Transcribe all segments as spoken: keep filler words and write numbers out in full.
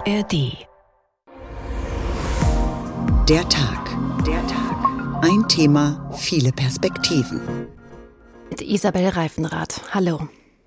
R D. Der Tag. Der Tag. Ein Thema, viele Perspektiven. Mit Isabel Reifenrath. Hallo.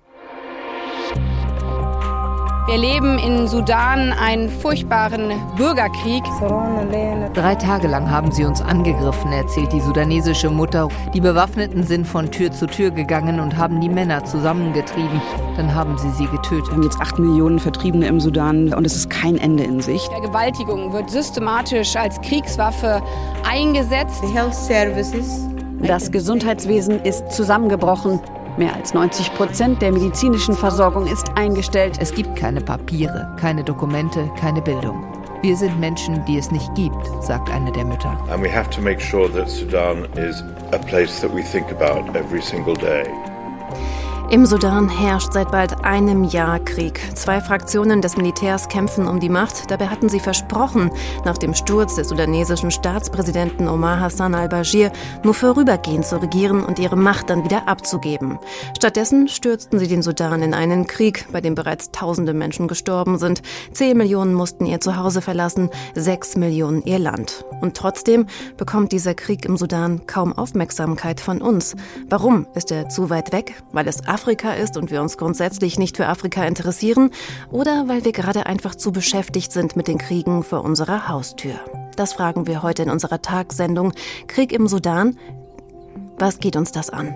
Wir erleben in Sudan einen furchtbaren Bürgerkrieg. Drei Tage lang haben sie uns angegriffen, erzählt die sudanesische Mutter. Die Bewaffneten sind von Tür zu Tür gegangen und haben die Männer zusammengetrieben. Dann haben sie sie getötet. Wir haben jetzt acht Millionen Vertriebene im Sudan und es ist kein Ende in Sicht. Vergewaltigung wird systematisch als Kriegswaffe eingesetzt. Das Gesundheitswesen ist zusammengebrochen. Mehr als neunzig Prozent der medizinischen Versorgung ist eingestellt. Es gibt keine Papiere, keine Dokumente, keine Bildung. Wir sind Menschen, die es nicht gibt, sagt eine der Mütter. And we have to make sure that Sudan is a place that we think about every single day. Im Sudan herrscht seit bald einem Jahr Krieg. Zwei Fraktionen des Militärs kämpfen um die Macht. Dabei hatten sie versprochen, nach dem Sturz des sudanesischen Staatspräsidenten Omar Hassan al-Bashir nur vorübergehend zu regieren und ihre Macht dann wieder abzugeben. Stattdessen stürzten sie den Sudan in einen Krieg, bei dem bereits tausende Menschen gestorben sind. Zehn Millionen mussten ihr Zuhause verlassen, sechs Millionen ihr Land. Und trotzdem bekommt dieser Krieg im Sudan kaum Aufmerksamkeit von uns. Warum ist er zu weit weg? Weil es Afrika ist und wir uns grundsätzlich nicht für Afrika interessieren oder weil wir gerade einfach zu beschäftigt sind mit den Kriegen vor unserer Haustür? Das fragen wir heute in unserer Tagssendung Krieg im Sudan. Was geht uns das an?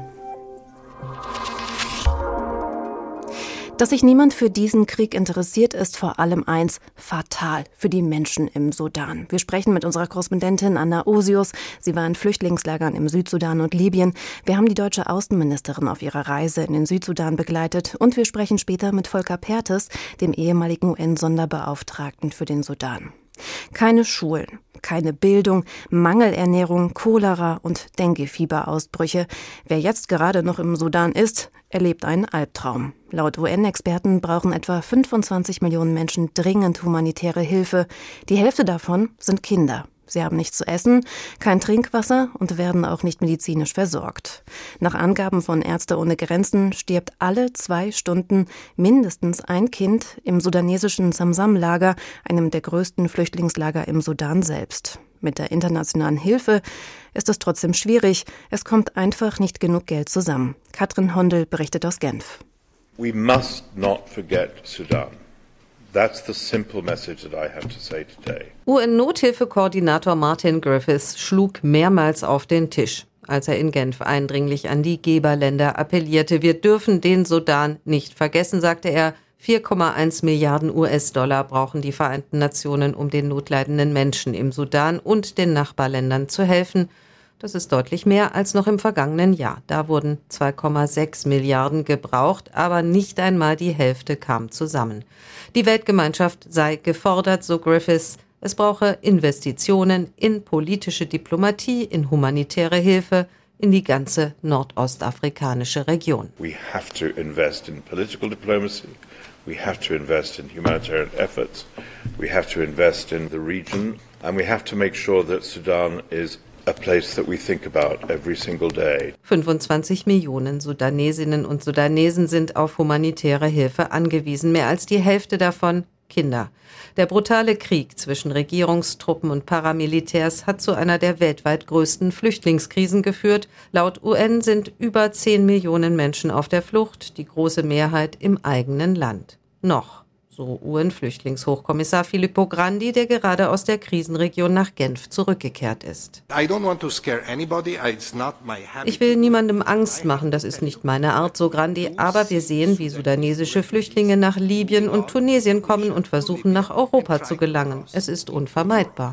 Dass sich niemand für diesen Krieg interessiert, ist vor allem eins: fatal für die Menschen im Sudan. Wir sprechen mit unserer Korrespondentin Anna Osius. Sie war in Flüchtlingslagern im Südsudan und Libyen. Wir haben die deutsche Außenministerin auf ihrer Reise in den Südsudan begleitet. Und wir sprechen später mit Volker Perthes, dem ehemaligen U N-Sonderbeauftragten für den Sudan. Keine Schulen, keine Bildung, Mangelernährung, Cholera und Dengue-Fieberausbrüche. Wer jetzt gerade noch im Sudan ist, erlebt einen Albtraum. Laut U N-Experten brauchen etwa fünfundzwanzig Millionen Menschen dringend humanitäre Hilfe. Die Hälfte davon sind Kinder. Sie haben nichts zu essen, kein Trinkwasser und werden auch nicht medizinisch versorgt. Nach Angaben von Ärzte ohne Grenzen stirbt alle zwei Stunden mindestens ein Kind im sudanesischen Zamzam-Lager, einem der größten Flüchtlingslager im Sudan selbst. Mit der internationalen Hilfe ist es trotzdem schwierig. Es kommt einfach nicht genug Geld zusammen. Katrin Hondel berichtet aus Genf. We must not forget Sudan. That's the simple message that I have to say today. U N-Nothilfekoordinator Martin Griffiths schlug mehrmals auf den Tisch, als er in Genf eindringlich an die Geberländer appellierte. Wir dürfen den Sudan nicht vergessen, sagte er. vier Komma eins Milliarden U S-Dollar brauchen die Vereinten Nationen, um den notleidenden Menschen im Sudan und den Nachbarländern zu helfen. Das ist deutlich mehr als noch im vergangenen Jahr. Da wurden zwei Komma sechs Milliarden gebraucht, aber nicht einmal die Hälfte kam zusammen. Die Weltgemeinschaft sei gefordert, so Griffiths. Es brauche Investitionen in politische Diplomatie, in humanitäre Hilfe, in die ganze nordostafrikanische Region. We have to invest in political diplomacy. We have to invest in humanitarian efforts. We have to invest in the region. And we have to make sure that Sudan is a place that we think about every single day. fünfundzwanzig Millionen Sudanesinnen und Sudanesen sind auf humanitäre Hilfe angewiesen. Mehr als die Hälfte davon Kinder. Der brutale Krieg zwischen Regierungstruppen und Paramilitärs hat zu einer der weltweit größten Flüchtlingskrisen geführt. Laut U N sind über zehn Millionen Menschen auf der Flucht, die große Mehrheit im eigenen Land. Noch. So U N-Flüchtlingshochkommissar Filippo Grandi, der gerade aus der Krisenregion nach Genf zurückgekehrt ist. Ich will niemandem Angst machen, das ist nicht meine Art, so Grandi, aber wir sehen, wie sudanesische Flüchtlinge nach Libyen und Tunesien kommen und versuchen, nach Europa zu gelangen. Es ist unvermeidbar.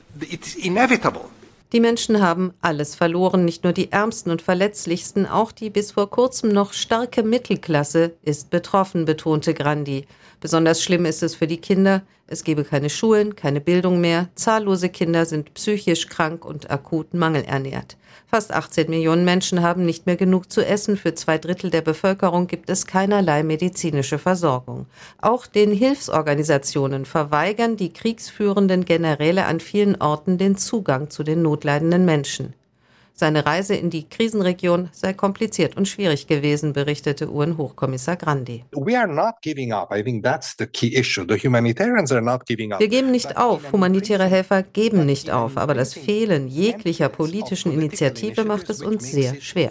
Die Menschen haben alles verloren, nicht nur die Ärmsten und Verletzlichsten, auch die bis vor kurzem noch starke Mittelklasse ist betroffen, betonte Grandi. Besonders schlimm ist es für die Kinder. Es gebe keine Schulen, keine Bildung mehr. Zahllose Kinder sind psychisch krank und akut mangelernährt. Fast achtzehn Millionen Menschen haben nicht mehr genug zu essen. Für zwei Drittel der Bevölkerung gibt es keinerlei medizinische Versorgung. Auch den Hilfsorganisationen verweigern die kriegsführenden Generäle an vielen Orten den Zugang zu den notleidenden Menschen. Seine Reise in die Krisenregion sei kompliziert und schwierig gewesen, berichtete U N-Hochkommissar Grandi. Wir geben nicht auf, humanitäre Helfer geben nicht auf, aber das Fehlen jeglicher politischen Initiative macht es uns sehr schwer.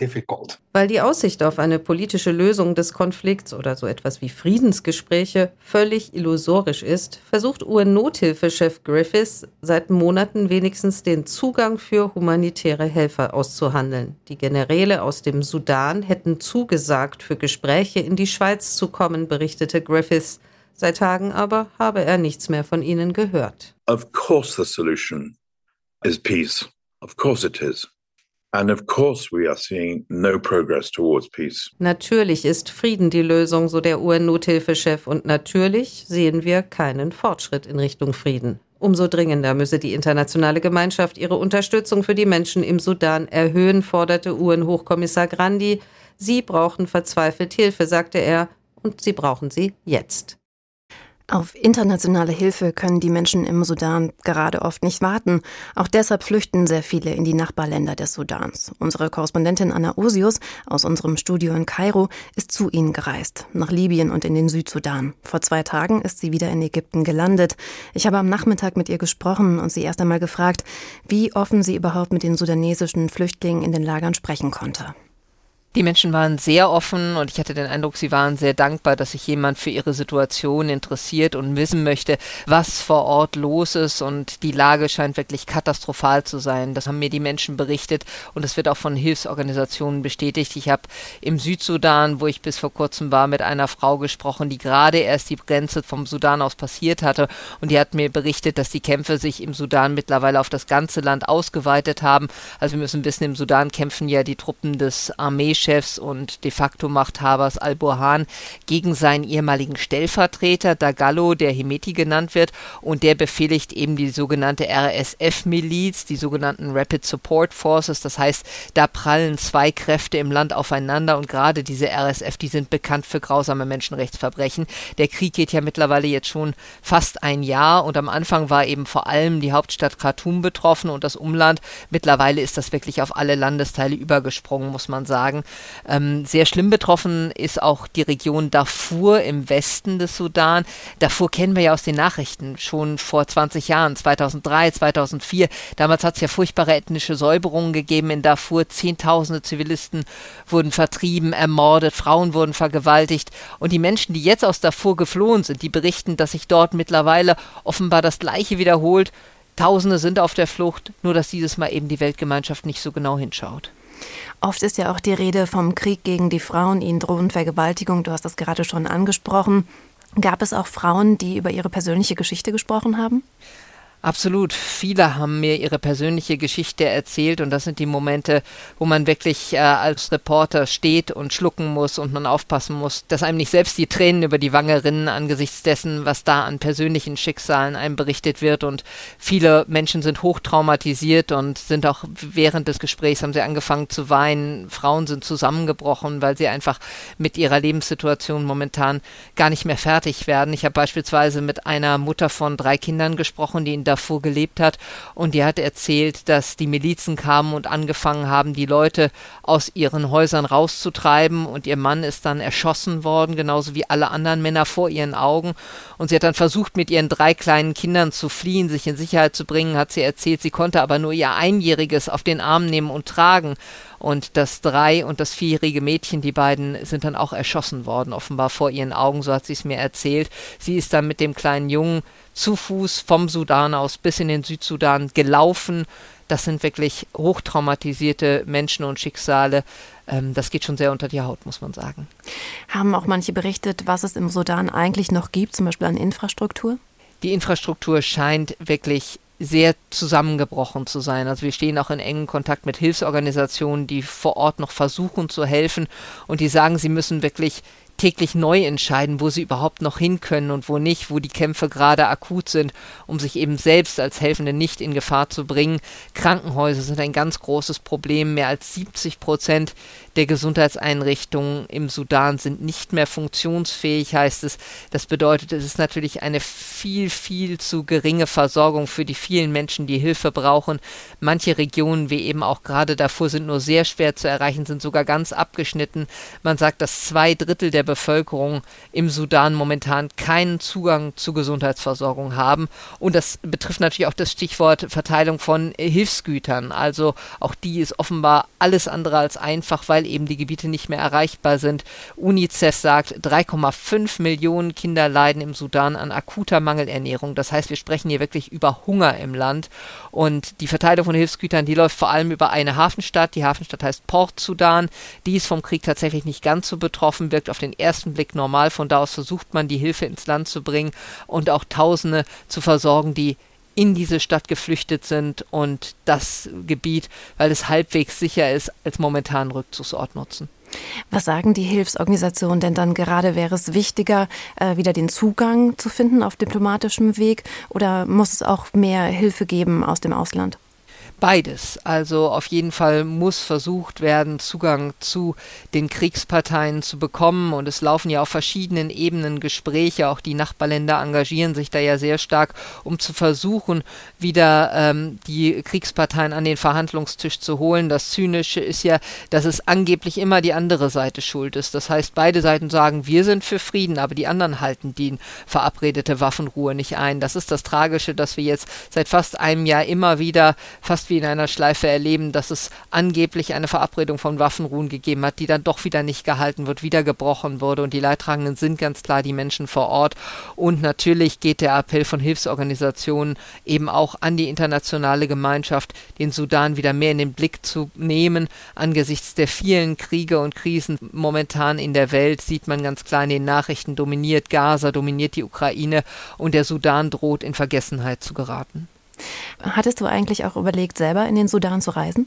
Weil die Aussicht auf eine politische Lösung des Konflikts oder so etwas wie Friedensgespräche völlig illusorisch ist, versucht U N-Nothilfechef Griffiths seit Monaten wenigstens den Zugang für humanitäre Helfer auszuhandeln. Die Generäle aus dem Sudan hätten zugesagt, für Gespräche in die Schweiz zu kommen, berichtete Griffiths. Seit Tagen aber habe er nichts mehr von ihnen gehört. Of course the solution is peace. Of course it is. And of course we are seeing no progress towards peace. Natürlich ist Frieden die Lösung, so der U N-Nothilfechef, und natürlich sehen wir keinen Fortschritt in Richtung Frieden. Umso dringender müsse die internationale Gemeinschaft ihre Unterstützung für die Menschen im Sudan erhöhen, forderte U N-Hochkommissar Grandi. Sie brauchen verzweifelt Hilfe, sagte er, und sie brauchen sie jetzt. Auf internationale Hilfe können die Menschen im Sudan gerade oft nicht warten. Auch deshalb flüchten sehr viele in die Nachbarländer des Sudans. Unsere Korrespondentin Anna Osius aus unserem Studio in Kairo ist zu ihnen gereist, nach Libyen und in den Südsudan. Vor zwei Tagen ist sie wieder in Ägypten gelandet. Ich habe am Nachmittag mit ihr gesprochen und sie erst einmal gefragt, wie offen sie überhaupt mit den sudanesischen Flüchtlingen in den Lagern sprechen konnte. Die Menschen waren sehr offen und ich hatte den Eindruck, sie waren sehr dankbar, dass sich jemand für ihre Situation interessiert und wissen möchte, was vor Ort los ist, und die Lage scheint wirklich katastrophal zu sein. Das haben mir die Menschen berichtet und es wird auch von Hilfsorganisationen bestätigt. Ich habe im Südsudan, wo ich bis vor kurzem war, mit einer Frau gesprochen, die gerade erst die Grenze vom Sudan aus passiert hatte, und die hat mir berichtet, dass die Kämpfe sich im Sudan mittlerweile auf das ganze Land ausgeweitet haben. Also wir müssen wissen, im Sudan kämpfen ja die Truppen des Armee Chefs und de facto Machthabers al-Burhan gegen seinen ehemaligen Stellvertreter Dagalo, der Hemeti genannt wird, und der befehligt eben die sogenannte R S F-Miliz, die sogenannten Rapid Support Forces. Das heißt, da prallen zwei Kräfte im Land aufeinander, und gerade diese R S F, die sind bekannt für grausame Menschenrechtsverbrechen. Der Krieg geht ja mittlerweile jetzt schon fast ein Jahr, und am Anfang war eben vor allem die Hauptstadt Khartoum betroffen und das Umland. Mittlerweile ist das wirklich auf alle Landesteile übergesprungen, muss man sagen. Ähm, sehr schlimm betroffen ist auch die Region Darfur im Westen des Sudan. Darfur kennen wir ja aus den Nachrichten schon vor zwanzig Jahren, zweitausenddrei, zweitausendvier. Damals hat es ja furchtbare ethnische Säuberungen gegeben in Darfur. Zehntausende Zivilisten wurden vertrieben, ermordet, Frauen wurden vergewaltigt. Und die Menschen, die jetzt aus Darfur geflohen sind, die berichten, dass sich dort mittlerweile offenbar das Gleiche wiederholt. Tausende sind auf der Flucht, nur dass dieses Mal eben die Weltgemeinschaft nicht so genau hinschaut. Oft ist ja auch die Rede vom Krieg gegen die Frauen, ihnen drohen Vergewaltigung, du hast das gerade schon angesprochen. Gab es auch Frauen, die über ihre persönliche Geschichte gesprochen haben? Absolut. Viele haben mir ihre persönliche Geschichte erzählt, und das sind die Momente, wo man wirklich äh, als Reporter steht und schlucken muss und man aufpassen muss, dass einem nicht selbst die Tränen über die Wange rinnen angesichts dessen, was da an persönlichen Schicksalen einem berichtet wird. Und viele Menschen sind hochtraumatisiert und sind auch während des Gesprächs, haben sie angefangen zu weinen. Frauen sind zusammengebrochen, weil sie einfach mit ihrer Lebenssituation momentan gar nicht mehr fertig werden. Ich habe beispielsweise mit einer Mutter von drei Kindern gesprochen, die in Darfur gelebt hat, und die hat erzählt, dass die Milizen kamen und angefangen haben, die Leute aus ihren Häusern rauszutreiben, und ihr Mann ist dann erschossen worden, genauso wie alle anderen Männer vor ihren Augen, und sie hat dann versucht, mit ihren drei kleinen Kindern zu fliehen, sich in Sicherheit zu bringen, hat sie erzählt, sie konnte aber nur ihr Einjähriges auf den Arm nehmen und tragen. Und das drei- und das vierjährige Mädchen, die beiden sind dann auch erschossen worden, offenbar vor ihren Augen, so hat sie es mir erzählt. Sie ist dann mit dem kleinen Jungen zu Fuß vom Sudan aus bis in den Südsudan gelaufen. Das sind wirklich hochtraumatisierte Menschen und Schicksale. Ähm, das geht schon sehr unter die Haut, muss man sagen. Haben auch manche berichtet, was es im Sudan eigentlich noch gibt, zum Beispiel an Infrastruktur? Die Infrastruktur scheint wirklich sehr zusammengebrochen zu sein. Also wir stehen auch in engem Kontakt mit Hilfsorganisationen, die vor Ort noch versuchen zu helfen, und die sagen, sie müssen wirklich täglich neu entscheiden, wo sie überhaupt noch hin können und wo nicht, wo die Kämpfe gerade akut sind, um sich eben selbst als Helfende nicht in Gefahr zu bringen. Krankenhäuser sind ein ganz großes Problem. Mehr als siebzig Prozent der Gesundheitseinrichtungen im Sudan sind nicht mehr funktionsfähig, heißt es. Das bedeutet, es ist natürlich eine viel, viel zu geringe Versorgung für die vielen Menschen, die Hilfe brauchen. Manche Regionen, wie eben auch gerade Darfur, sind nur sehr schwer zu erreichen, sind sogar ganz abgeschnitten. Man sagt, dass zwei Drittel der Bevölkerung im Sudan momentan keinen Zugang zu Gesundheitsversorgung haben. Und das betrifft natürlich auch das Stichwort Verteilung von Hilfsgütern. Also auch die ist offenbar alles andere als einfach, weil eben die Gebiete nicht mehr erreichbar sind. UNICEF sagt, drei Komma fünf Millionen Kinder leiden im Sudan an akuter Mangelernährung. Das heißt, wir sprechen hier wirklich über Hunger im Land. Und die Verteilung von Hilfsgütern, die läuft vor allem über eine Hafenstadt. Die Hafenstadt heißt Port Sudan. Die ist vom Krieg tatsächlich nicht ganz so betroffen, wirkt auf den ersten Blick normal. Von da aus versucht man, die Hilfe ins Land zu bringen und auch Tausende zu versorgen, die in diese Stadt geflüchtet sind und das Gebiet, weil es halbwegs sicher ist, als momentanen Rückzugsort nutzen. Was sagen die Hilfsorganisationen denn dann gerade? Wäre es wichtiger, äh, wieder den Zugang zu finden auf diplomatischem Weg, oder muss es auch mehr Hilfe geben aus dem Ausland? Beides. Also auf jeden Fall muss versucht werden, Zugang zu den Kriegsparteien zu bekommen. Und es laufen ja auf verschiedenen Ebenen Gespräche. Auch die Nachbarländer engagieren sich da ja sehr stark, um zu versuchen, wieder ähm, die Kriegsparteien an den Verhandlungstisch zu holen. Das Zynische ist ja, dass es angeblich immer die andere Seite schuld ist. Das heißt, beide Seiten sagen, wir sind für Frieden, aber die anderen halten die verabredete Waffenruhe nicht ein. Das ist das Tragische, dass wir jetzt seit fast einem Jahr immer wieder fast wie in einer Schleife erleben, dass es angeblich eine Verabredung von Waffenruhen gegeben hat, die dann doch wieder nicht gehalten wird, wieder gebrochen wurde. Und die Leidtragenden sind ganz klar die Menschen vor Ort. Und natürlich geht der Appell von Hilfsorganisationen eben auch an die internationale Gemeinschaft, den Sudan wieder mehr in den Blick zu nehmen. Angesichts der vielen Kriege und Krisen momentan in der Welt sieht man ganz klar in den Nachrichten, dominiert Gaza, dominiert die Ukraine und der Sudan droht in Vergessenheit zu geraten. Hattest du eigentlich auch überlegt, selber in den Sudan zu reisen?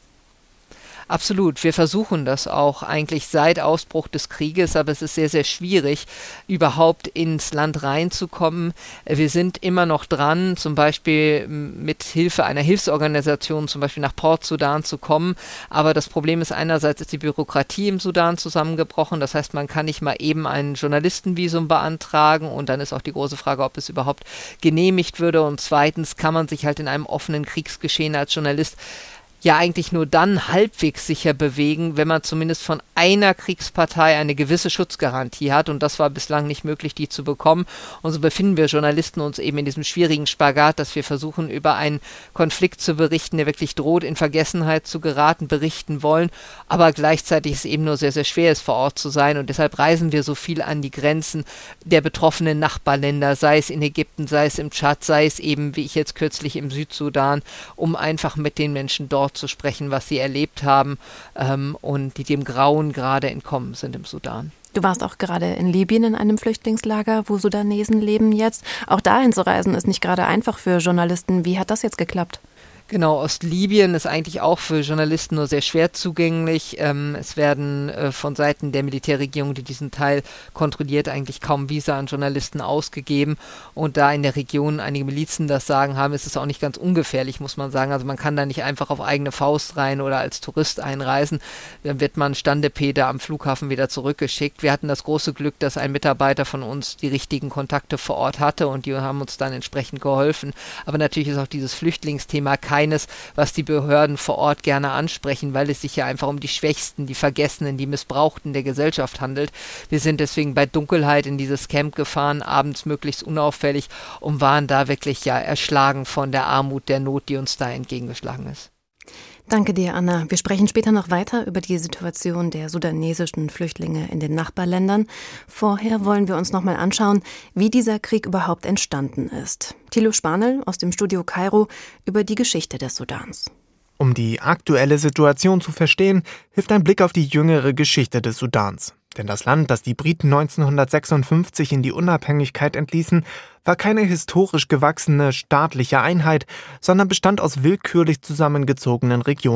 Absolut. Wir versuchen das auch eigentlich seit Ausbruch des Krieges, aber es ist sehr, sehr schwierig, überhaupt ins Land reinzukommen. Wir sind immer noch dran, zum Beispiel mit Hilfe einer Hilfsorganisation, zum Beispiel nach Port Sudan zu kommen. Aber das Problem ist, einerseits ist die Bürokratie im Sudan zusammengebrochen. Das heißt, man kann nicht mal eben ein Journalistenvisum beantragen und dann ist auch die große Frage, ob es überhaupt genehmigt würde. Und zweitens kann man sich halt in einem offenen Kriegsgeschehen als Journalist ja eigentlich nur dann halbwegs sicher bewegen, wenn man zumindest von einer Kriegspartei eine gewisse Schutzgarantie hat, und das war bislang nicht möglich, die zu bekommen. Und so befinden wir Journalisten uns eben in diesem schwierigen Spagat, dass wir versuchen, über einen Konflikt zu berichten, der wirklich droht, in Vergessenheit zu geraten, berichten wollen, aber gleichzeitig es eben nur sehr, sehr schwer ist, vor Ort zu sein, und deshalb reisen wir so viel an die Grenzen der betroffenen Nachbarländer, sei es in Ägypten, sei es im Tschad, sei es eben, wie ich jetzt kürzlich im Südsudan, um einfach mit den Menschen dort zu sprechen, was sie erlebt haben ähm, und die dem Grauen gerade entkommen sind im Sudan. Du warst auch gerade in Libyen in einem Flüchtlingslager, wo Sudanesen leben jetzt. Auch dahin zu reisen ist nicht gerade einfach für Journalisten. Wie hat das jetzt geklappt? Genau, Ostlibyen ist eigentlich auch für Journalisten nur sehr schwer zugänglich. Ähm, es werden äh, von Seiten der Militärregierung, die diesen Teil kontrolliert, eigentlich kaum Visa an Journalisten ausgegeben. Und da in der Region einige Milizen das sagen haben, ist es auch nicht ganz ungefährlich, muss man sagen. Also man kann da nicht einfach auf eigene Faust rein oder als Tourist einreisen. Dann wird man Standepede am Flughafen wieder zurückgeschickt. Wir hatten das große Glück, dass ein Mitarbeiter von uns die richtigen Kontakte vor Ort hatte und die haben uns dann entsprechend geholfen. Aber natürlich ist auch dieses Flüchtlingsthema kein Keines, was die Behörden vor Ort gerne ansprechen, weil es sich ja einfach um die Schwächsten, die Vergessenen, die Missbrauchten der Gesellschaft handelt. Wir sind deswegen bei Dunkelheit in dieses Camp gefahren, abends möglichst unauffällig, und waren da wirklich ja erschlagen von der Armut, der Not, die uns da entgegengeschlagen ist. Danke dir, Anna. Wir sprechen später noch weiter über die Situation der sudanesischen Flüchtlinge in den Nachbarländern. Vorher wollen wir uns noch mal anschauen, wie dieser Krieg überhaupt entstanden ist. Thilo Spanel aus dem Studio Kairo über die Geschichte des Sudans. Um die aktuelle Situation zu verstehen, hilft ein Blick auf die jüngere Geschichte des Sudans. Denn das Land, das die Briten neunzehnhundertsechsundfünfzig in die Unabhängigkeit entließen, war keine historisch gewachsene staatliche Einheit, sondern bestand aus willkürlich zusammengezogenen Regionen.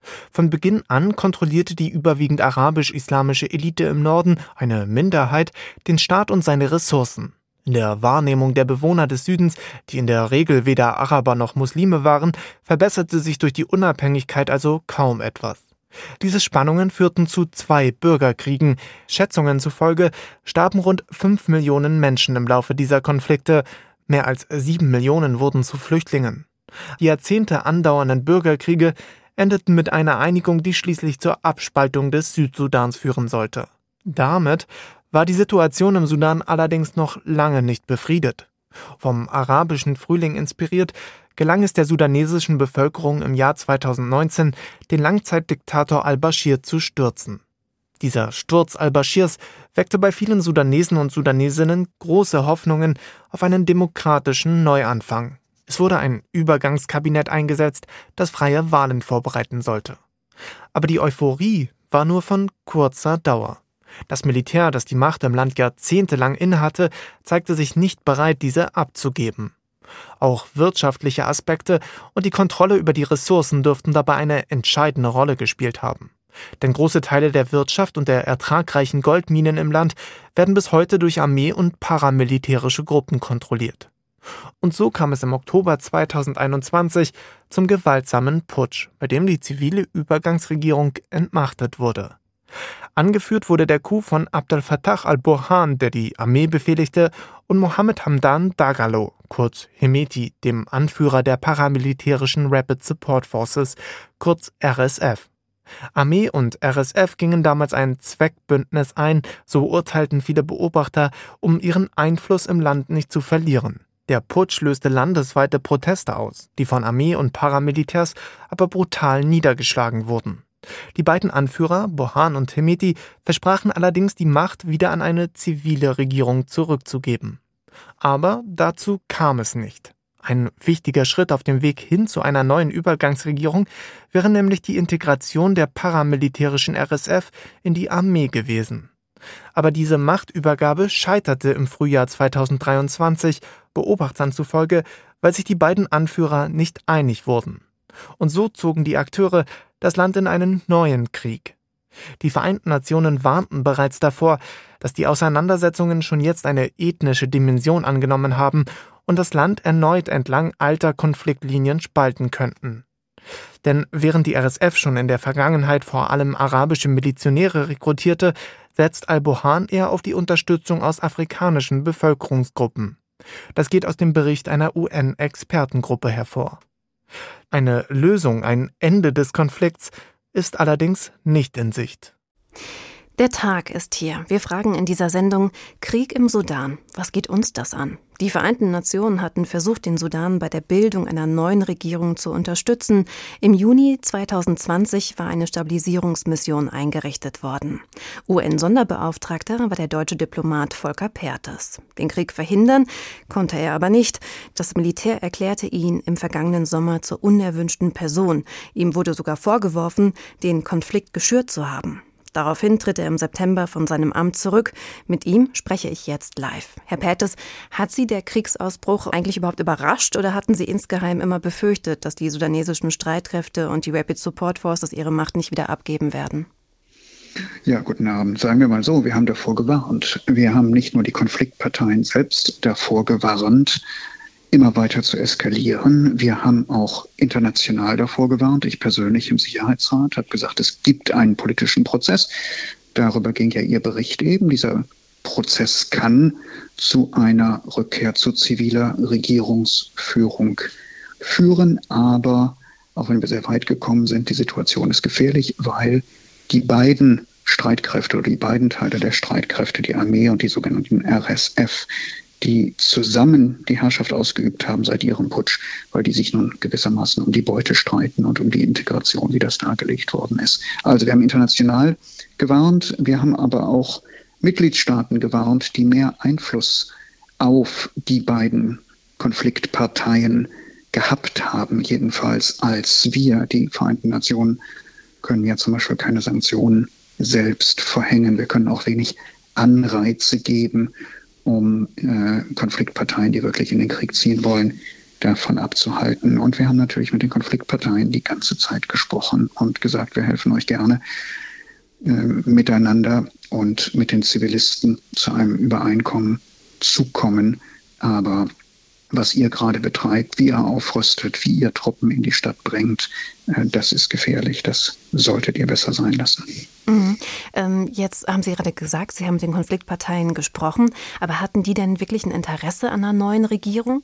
Von Beginn an kontrollierte die überwiegend arabisch-islamische Elite im Norden, eine Minderheit, den Staat und seine Ressourcen. In der Wahrnehmung der Bewohner des Südens, die in der Regel weder Araber noch Muslime waren, verbesserte sich durch die Unabhängigkeit also kaum etwas. Diese Spannungen führten zu zwei Bürgerkriegen. Schätzungen zufolge starben rund fünf Millionen Menschen im Laufe dieser Konflikte. Mehr als sieben Millionen wurden zu Flüchtlingen. Die Jahrzehnte andauernden Bürgerkriege endeten mit einer Einigung, die schließlich zur Abspaltung des Südsudans führen sollte. Damit war die Situation im Sudan allerdings noch lange nicht befriedet. Vom arabischen Frühling inspiriert, gelang es der sudanesischen Bevölkerung im Jahr zweitausendneunzehn, den Langzeitdiktator al-Baschir zu stürzen. Dieser Sturz al-Baschirs weckte bei vielen Sudanesen und Sudanesinnen große Hoffnungen auf einen demokratischen Neuanfang. Es wurde ein Übergangskabinett eingesetzt, das freie Wahlen vorbereiten sollte. Aber die Euphorie war nur von kurzer Dauer. Das Militär, das die Macht im Land jahrzehntelang innehatte, zeigte sich nicht bereit, diese abzugeben. Auch wirtschaftliche Aspekte und die Kontrolle über die Ressourcen dürften dabei eine entscheidende Rolle gespielt haben. Denn große Teile der Wirtschaft und der ertragreichen Goldminen im Land werden bis heute durch Armee und paramilitärische Gruppen kontrolliert. Und so kam es im Oktober zweitausendeinundzwanzig zum gewaltsamen Putsch, bei dem die zivile Übergangsregierung entmachtet wurde. Angeführt wurde der Coup von Abdel Fattah al-Burhan, der die Armee befehligte, und Mohammed Hamdan Dagalo, kurz Hemeti, dem Anführer der paramilitärischen Rapid Support Forces, kurz R S F. Armee und R S F gingen damals ein Zweckbündnis ein, so urteilten viele Beobachter, um ihren Einfluss im Land nicht zu verlieren. Der Putsch löste landesweite Proteste aus, die von Armee und Paramilitärs aber brutal niedergeschlagen wurden. Die beiden Anführer, Burhan und Hemeti, versprachen allerdings, die Macht wieder an eine zivile Regierung zurückzugeben. Aber dazu kam es nicht. Ein wichtiger Schritt auf dem Weg hin zu einer neuen Übergangsregierung wäre nämlich die Integration der paramilitärischen R S F in die Armee gewesen. Aber diese Machtübergabe scheiterte im Frühjahr zweitausenddreiundzwanzig, Beobachtern zufolge, weil sich die beiden Anführer nicht einig wurden. Und so zogen die Akteure das Land in einen neuen Krieg. Die Vereinten Nationen warnten bereits davor, dass die Auseinandersetzungen schon jetzt eine ethnische Dimension angenommen haben und das Land erneut entlang alter Konfliktlinien spalten könnten. Denn während die R S F schon in der Vergangenheit vor allem arabische Milizionäre rekrutierte, setzt al-Burhan eher auf die Unterstützung aus afrikanischen Bevölkerungsgruppen. Das geht aus dem Bericht einer U N-Expertengruppe hervor. Eine Lösung, ein Ende des Konflikts ist allerdings nicht in Sicht. Der Tag ist hier. Wir fragen in dieser Sendung: Krieg im Sudan. Was geht uns das an? Die Vereinten Nationen hatten versucht, den Sudan bei der Bildung einer neuen Regierung zu unterstützen. Im Juni zweitausendzwanzig war eine Stabilisierungsmission eingerichtet worden. U N-Sonderbeauftragter war der deutsche Diplomat Volker Perthes. Den Krieg verhindern konnte er aber nicht. Das Militär erklärte ihn im vergangenen Sommer zur unerwünschten Person. Ihm wurde sogar vorgeworfen, den Konflikt geschürt zu haben. Daraufhin tritt er im September von seinem Amt zurück. Mit ihm spreche ich jetzt live. Herr Perthes, hat Sie der Kriegsausbruch eigentlich überhaupt überrascht oder hatten Sie insgeheim immer befürchtet, dass die sudanesischen Streitkräfte und die Rapid Support Forces ihre Macht nicht wieder abgeben werden? Ja, guten Abend. Sagen wir mal so, wir haben davor gewarnt. Wir haben nicht nur die Konfliktparteien selbst davor gewarnt, immer weiter zu eskalieren. Wir haben auch international davor gewarnt. Ich persönlich im Sicherheitsrat habe gesagt, es gibt einen politischen Prozess. Darüber ging ja Ihr Bericht eben. Dieser Prozess kann zu einer Rückkehr zu ziviler Regierungsführung führen. Aber auch wenn wir sehr weit gekommen sind, die Situation ist gefährlich, weil die beiden Streitkräfte oder die beiden Teile der Streitkräfte, die Armee und die sogenannten R S F, die zusammen die Herrschaft ausgeübt haben seit ihrem Putsch, weil die sich nun gewissermaßen um die Beute streiten und um die Integration, wie das dargelegt worden ist. Also wir haben international gewarnt, wir haben aber auch Mitgliedstaaten gewarnt, die mehr Einfluss auf die beiden Konfliktparteien gehabt haben, jedenfalls als wir. Die Vereinten Nationen können ja zum Beispiel keine Sanktionen selbst verhängen. Wir können auch wenig Anreize geben, um äh, Konfliktparteien, die wirklich in den Krieg ziehen wollen, davon abzuhalten. Und wir haben natürlich mit den Konfliktparteien die ganze Zeit gesprochen und gesagt, wir helfen euch gerne äh, miteinander und mit den Zivilisten zu einem Übereinkommen zu kommen. Aber was ihr gerade betreibt, wie ihr aufrüstet, wie ihr Truppen in die Stadt bringt, äh, das ist gefährlich. Das solltet ihr besser sein lassen. Mhm. Ähm, jetzt haben Sie gerade gesagt, Sie haben mit den Konfliktparteien gesprochen. Aber hatten die denn wirklich ein Interesse an einer neuen Regierung?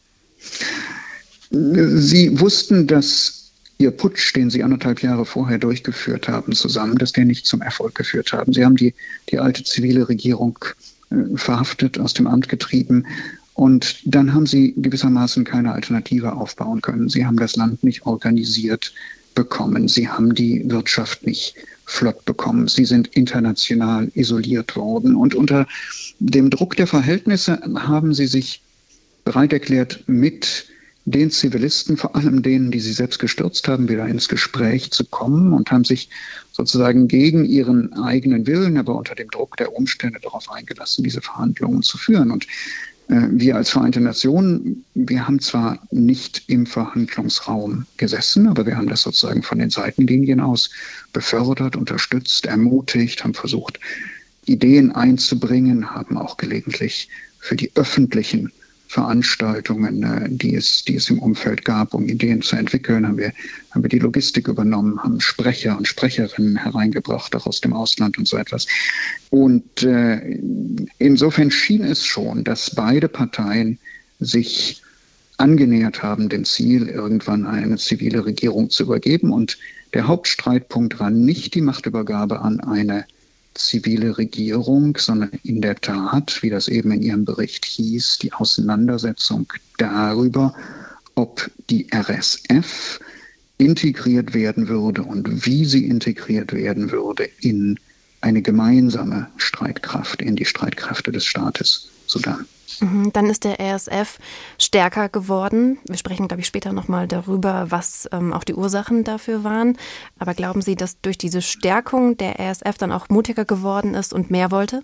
Sie wussten, dass ihr Putsch, den sie anderthalb Jahre vorher durchgeführt haben, zusammen, dass der nicht zum Erfolg geführt haben. Sie haben die, die alte zivile Regierung äh, verhaftet, aus dem Amt getrieben. Und dann haben sie gewissermaßen keine Alternative aufbauen können. Sie haben das Land nicht organisiert bekommen. Sie haben die Wirtschaft nicht flott bekommen. Sie sind international isoliert worden. Und unter dem Druck der Verhältnisse haben sie sich bereit erklärt, mit den Zivilisten, vor allem denen, die sie selbst gestürzt haben, wieder ins Gespräch zu kommen und haben sich sozusagen gegen ihren eigenen Willen, aber unter dem Druck der Umstände darauf eingelassen, diese Verhandlungen zu führen. Und äh, wir als Vereinte Nationen, wir haben zwar nicht im Verhandlungsraum gesessen, aber wir haben das sozusagen von den Seitenlinien aus befördert, unterstützt, ermutigt, haben versucht, Ideen einzubringen, haben auch gelegentlich für die öffentlichen Veranstaltungen, die es, die es im Umfeld gab, um Ideen zu entwickeln, haben wir, haben wir die Logistik übernommen, haben Sprecher und Sprecherinnen hereingebracht, auch aus dem Ausland und so etwas. Und äh, insofern schien es schon, dass beide Parteien sich angenähert haben, dem Ziel, irgendwann eine zivile Regierung zu übergeben. Und der Hauptstreitpunkt war nicht die Machtübergabe an eine zivile Regierung, sondern in der Tat, wie das eben in Ihrem Bericht hieß, die Auseinandersetzung darüber, ob die R S F integriert werden würde und wie sie integriert werden würde in eine gemeinsame Streitkraft, in die Streitkräfte des Staates Sudan. Dann ist der R S F stärker geworden. Wir sprechen, glaube ich, später nochmal darüber, was ähm, auch die Ursachen dafür waren. Aber glauben Sie, dass durch diese Stärkung der R S F dann auch mutiger geworden ist und mehr wollte?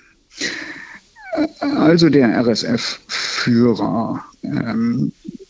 Also der R S F-Führer, ähm,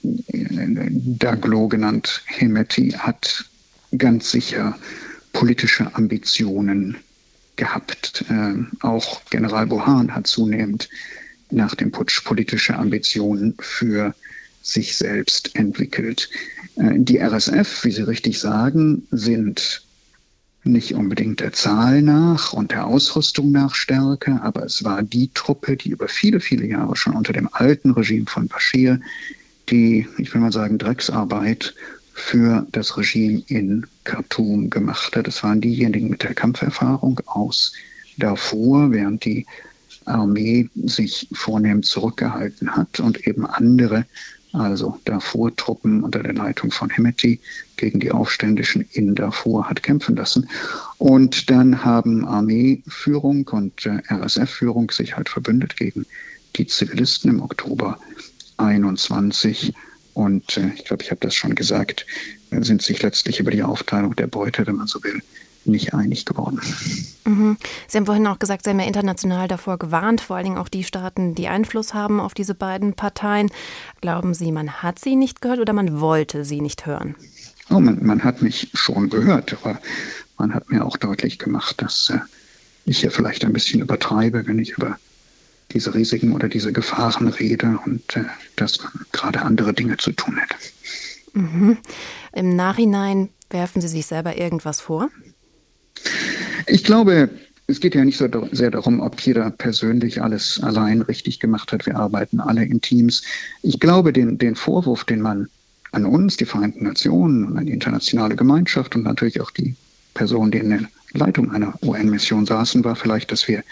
Daglo genannt, Hemeti, hat ganz sicher politische Ambitionen gehabt. Ähm, auch General Burhan hat zunehmend nach dem Putsch politische Ambitionen für sich selbst entwickelt. Die R S F, wie Sie richtig sagen, sind nicht unbedingt der Zahl nach und der Ausrüstung nach stärker, aber es war die Truppe, die über viele, viele Jahre schon unter dem alten Regime von Bashir die, ich will mal sagen, Drecksarbeit für das Regime in Khartoum gemacht hat. Das waren diejenigen mit der Kampferfahrung aus Darfur, während die Armee sich vornehmend zurückgehalten hat und eben andere, also Darfur-Truppen unter der Leitung von Hemeti gegen die Aufständischen in Darfur hat kämpfen lassen. Und dann haben Armeeführung und äh, R S F-Führung sich halt verbündet gegen die Zivilisten im Oktober einundzwanzig. Und äh, ich glaube, ich habe das schon gesagt, sind sich letztlich über die Aufteilung der Beute, wenn man so will, nicht einig geworden. Mhm. Sie haben vorhin auch gesagt, Sie haben ja international davor gewarnt, vor allen Dingen auch die Staaten, die Einfluss haben auf diese beiden Parteien. Glauben Sie, man hat sie nicht gehört oder man wollte sie nicht hören? Oh, man, man hat mich schon gehört, aber man hat mir auch deutlich gemacht, dass äh, ich hier vielleicht ein bisschen übertreibe, wenn ich über diese Risiken oder diese Gefahren rede und äh, dass man gerade andere Dinge zu tun hätte. Mhm. Im Nachhinein werfen Sie sich selber irgendwas vor? Ich glaube, es geht ja nicht so sehr darum, ob jeder persönlich alles allein richtig gemacht hat. Wir arbeiten alle in Teams. Ich glaube, den, den Vorwurf, den man an uns, die Vereinten Nationen und an die internationale Gemeinschaft und natürlich auch die Personen, die in der Leitung einer U N-Mission saßen, war vielleicht, dass wir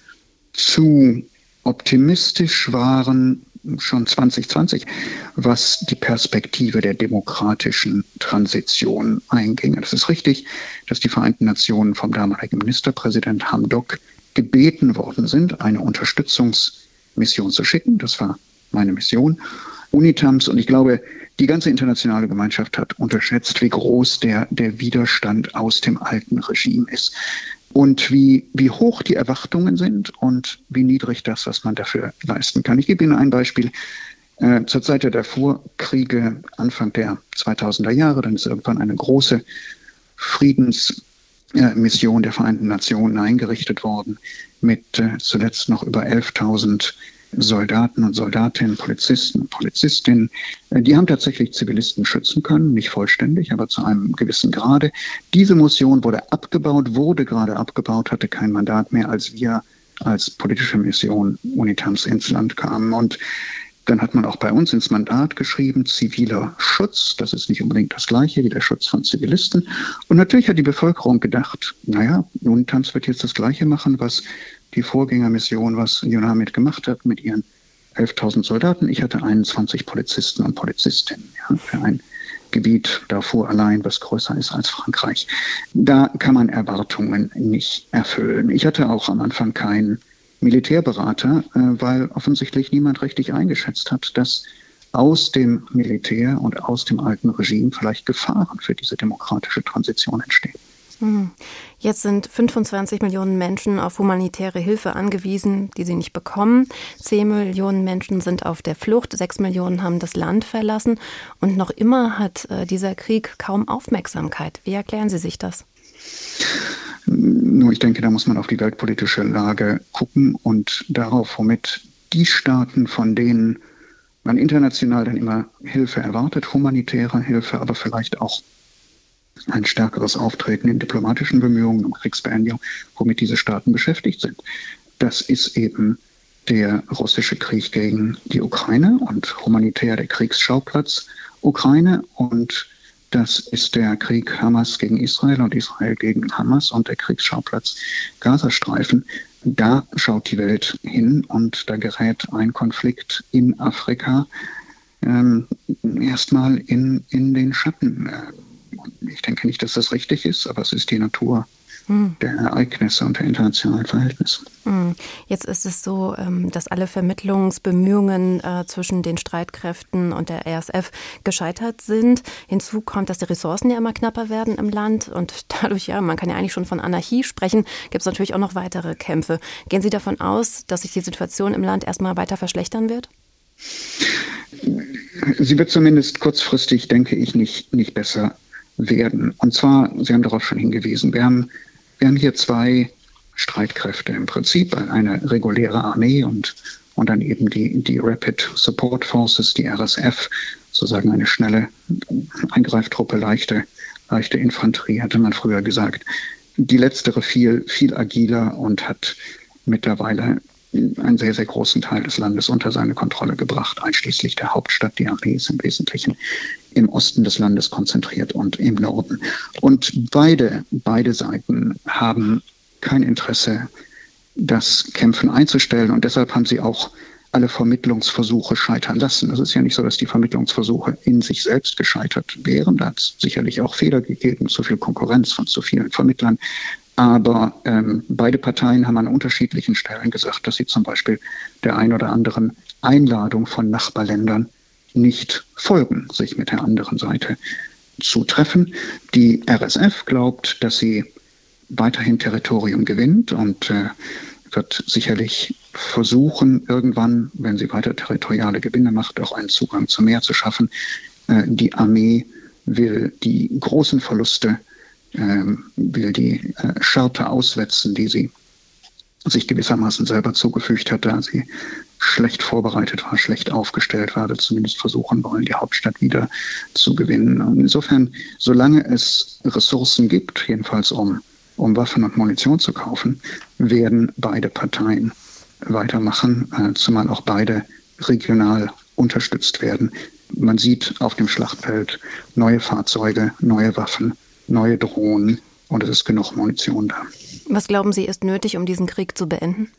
zu optimistisch waren, schon zwanzig zwanzig, was die Perspektive der demokratischen Transition einging. Es ist richtig, dass die Vereinten Nationen vom damaligen Ministerpräsident Hamdok gebeten worden sind, eine Unterstützungsmission zu schicken. Das war meine Mission, UNITAMS. Und ich glaube, die ganze internationale Gemeinschaft hat unterschätzt, wie groß der, der Widerstand aus dem alten Regime ist. Und wie, wie hoch die Erwartungen sind und wie niedrig das, was man dafür leisten kann. Ich gebe Ihnen ein Beispiel. Äh, zur Zeit der Darfur-Kriege, Anfang der zweitausender Jahre, dann ist irgendwann eine große Friedensmission äh, der Vereinten Nationen eingerichtet worden, mit äh, zuletzt noch über elftausend Soldaten und Soldatinnen, Polizisten und Polizistinnen. Äh, die haben tatsächlich Zivilisten schützen können, nicht vollständig, aber zu einem gewissen Grade. Diese Mission wurde abgebaut, wurde gerade abgebaut, hatte kein Mandat mehr, als wir als politische Mission UNITAMS ins Land kamen. Und dann hat man auch bei uns ins Mandat geschrieben, ziviler Schutz. Das ist nicht unbedingt das Gleiche wie der Schutz von Zivilisten. Und natürlich hat die Bevölkerung gedacht, naja, UNITAMS wird jetzt das Gleiche machen, was die Vorgängermission, was UNAMID gemacht hat mit ihren elftausend Soldaten. Ich hatte einundzwanzig Polizisten und Polizistinnen, ja, für ein Gebiet Darfur allein, was größer ist als Frankreich. Da kann man Erwartungen nicht erfüllen. Ich hatte auch am Anfang keinen Militärberater, weil offensichtlich niemand richtig eingeschätzt hat, dass aus dem Militär und aus dem alten Regime vielleicht Gefahren für diese demokratische Transition entstehen. Jetzt sind fünfundzwanzig Millionen Menschen auf humanitäre Hilfe angewiesen, die sie nicht bekommen. zehn Millionen Menschen sind auf der Flucht, sechs Millionen haben das Land verlassen. Und noch immer hat äh, dieser Krieg kaum Aufmerksamkeit. Wie erklären Sie sich das? Nur ich denke, da muss man auf die weltpolitische Lage gucken und darauf, womit die Staaten, von denen man international dann immer Hilfe erwartet, humanitäre Hilfe, aber vielleicht auch ein stärkeres Auftreten in diplomatischen Bemühungen um Kriegsbeendigung, womit diese Staaten beschäftigt sind. Das ist eben der russische Krieg gegen die Ukraine und humanitär der Kriegsschauplatz Ukraine, und das ist der Krieg Hamas gegen Israel und Israel gegen Hamas und der Kriegsschauplatz Gazastreifen. Da schaut die Welt hin und da gerät ein Konflikt in Afrika ähm, erstmal in, in den Schatten. Ich denke nicht, dass das richtig ist, aber es ist die Natur hm. der Ereignisse und der internationalen Verhältnisse. Hm. Jetzt ist es so, dass alle Vermittlungsbemühungen zwischen den Streitkräften und der R S F gescheitert sind. Hinzu kommt, dass die Ressourcen ja immer knapper werden im Land und dadurch, ja, man kann ja eigentlich schon von Anarchie sprechen, gibt es natürlich auch noch weitere Kämpfe. Gehen Sie davon aus, dass sich die Situation im Land erstmal weiter verschlechtern wird? Sie wird zumindest kurzfristig, denke ich, nicht, nicht besser werden. Und zwar, Sie haben darauf schon hingewiesen, wir haben, wir haben hier zwei Streitkräfte im Prinzip, eine reguläre Armee und, und dann eben die, die Rapid Support Forces, die R S F, sozusagen eine schnelle Eingreiftruppe, leichte, leichte Infanterie, hatte man früher gesagt. Die letztere viel, viel agiler und hat mittlerweile einen sehr, sehr großen Teil des Landes unter seine Kontrolle gebracht, einschließlich der Hauptstadt. Die Armee ist im Wesentlichen im Osten des Landes konzentriert und im Norden. Und beide, beide Seiten haben kein Interesse, das Kämpfen einzustellen. Und deshalb haben sie auch alle Vermittlungsversuche scheitern lassen. Es ist ja nicht so, dass die Vermittlungsversuche in sich selbst gescheitert wären. Da hat es sicherlich auch Fehler gegeben, zu viel Konkurrenz von zu vielen Vermittlern. Aber ähm, beide Parteien haben an unterschiedlichen Stellen gesagt, dass sie zum Beispiel der ein oder anderen Einladung von Nachbarländern nicht folgen, sich mit der anderen Seite zu treffen. Die R S F glaubt, dass sie weiterhin Territorium gewinnt und äh, wird sicherlich versuchen, irgendwann, wenn sie weiter territoriale Gewinne macht, auch einen Zugang zum Meer zu schaffen. Äh, die Armee will die großen Verluste Ähm, will die äh, Scharte auswetzen, die sie sich gewissermaßen selber zugefügt hat, da sie schlecht vorbereitet war, schlecht aufgestellt war, zumindest versuchen wollen, die Hauptstadt wieder zu gewinnen. Und insofern, solange es Ressourcen gibt, jedenfalls um, um Waffen und Munition zu kaufen, werden beide Parteien weitermachen, äh, zumal auch beide regional unterstützt werden. Man sieht auf dem Schlachtfeld neue Fahrzeuge, neue Waffen, neue Drohnen und es ist genug Munition da. Was glauben Sie, ist nötig, um diesen Krieg zu beenden?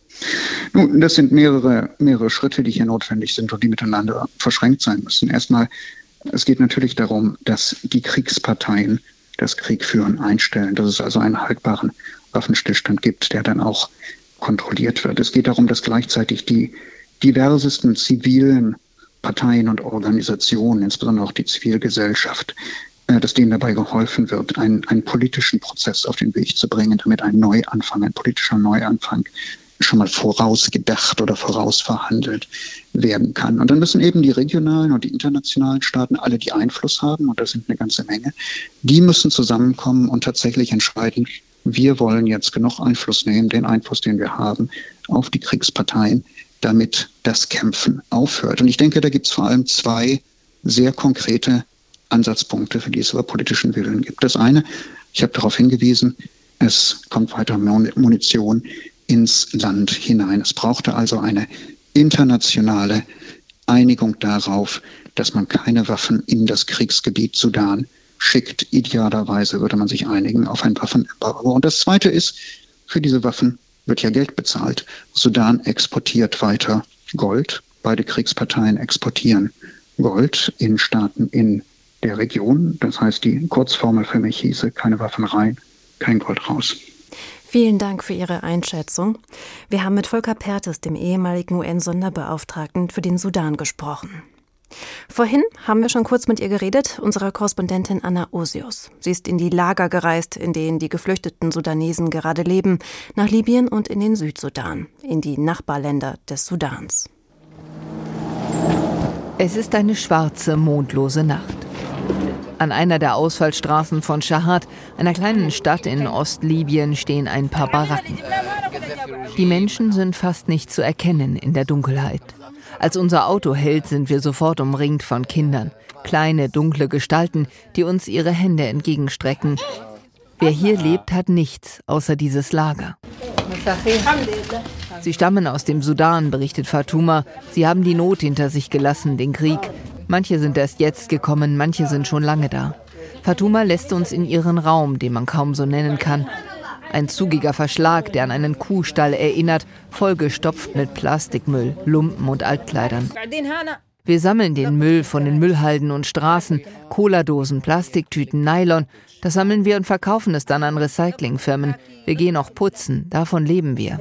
Nun, das sind mehrere, mehrere Schritte, die hier notwendig sind und die miteinander verschränkt sein müssen. Erstmal, es geht natürlich darum, dass die Kriegsparteien das Kriegführen einstellen, dass es also einen haltbaren Waffenstillstand gibt, der dann auch kontrolliert wird. Es geht darum, dass gleichzeitig die diversesten zivilen Parteien und Organisationen, insbesondere auch die Zivilgesellschaft, dass denen dabei geholfen wird, einen, einen politischen Prozess auf den Weg zu bringen, damit ein Neuanfang, ein politischer Neuanfang schon mal vorausgedacht oder vorausverhandelt werden kann. Und dann müssen eben die regionalen und die internationalen Staaten, alle die Einfluss haben, und das sind eine ganze Menge, die müssen zusammenkommen und tatsächlich entscheiden, wir wollen jetzt genug Einfluss nehmen, den Einfluss, den wir haben, auf die Kriegsparteien, damit das Kämpfen aufhört. Und ich denke, da gibt es vor allem zwei sehr konkrete Ansatzpunkte, für die es aber politischen Willen gibt. Das eine, ich habe darauf hingewiesen, es kommt weiter Munition ins Land hinein. Es brauchte also eine internationale Einigung darauf, dass man keine Waffen in das Kriegsgebiet Sudan schickt. Idealerweise würde man sich einigen auf ein Waffenembargo. Und das Zweite ist, für diese Waffen wird ja Geld bezahlt. Sudan exportiert weiter Gold. Beide Kriegsparteien exportieren Gold in Staaten in der Region. Das heißt, die Kurzformel für mich hieße, keine Waffen rein, kein Gold raus. Vielen Dank für Ihre Einschätzung. Wir haben mit Volker Perthes, dem ehemaligen U N-Sonderbeauftragten für den Sudan, gesprochen. Vorhin haben wir schon kurz mit ihr geredet, unserer Korrespondentin Anna Osius. Sie ist in die Lager gereist, in denen die geflüchteten Sudanesen gerade leben, nach Libyen und in den Südsudan, in die Nachbarländer des Sudans. Es ist eine schwarze, mondlose Nacht. An einer der Ausfallstraßen von Shahad, einer kleinen Stadt in Ostlibyen, stehen ein paar Baracken. Die Menschen sind fast nicht zu erkennen in der Dunkelheit. Als unser Auto hält, sind wir sofort umringt von Kindern. Kleine, dunkle Gestalten, die uns ihre Hände entgegenstrecken. Wer hier lebt, hat nichts außer dieses Lager. Sie stammen aus dem Sudan, berichtet Fatuma. Sie haben die Not hinter sich gelassen, den Krieg. Manche sind erst jetzt gekommen, manche sind schon lange da. Fatuma lässt uns in ihren Raum, den man kaum so nennen kann. Ein zugiger Verschlag, der an einen Kuhstall erinnert, vollgestopft mit Plastikmüll, Lumpen und Altkleidern. Wir sammeln den Müll von den Müllhalden und Straßen, Cola-Dosen, Plastiktüten, Nylon. Das sammeln wir und verkaufen es dann an Recyclingfirmen. Wir gehen auch putzen, davon leben wir.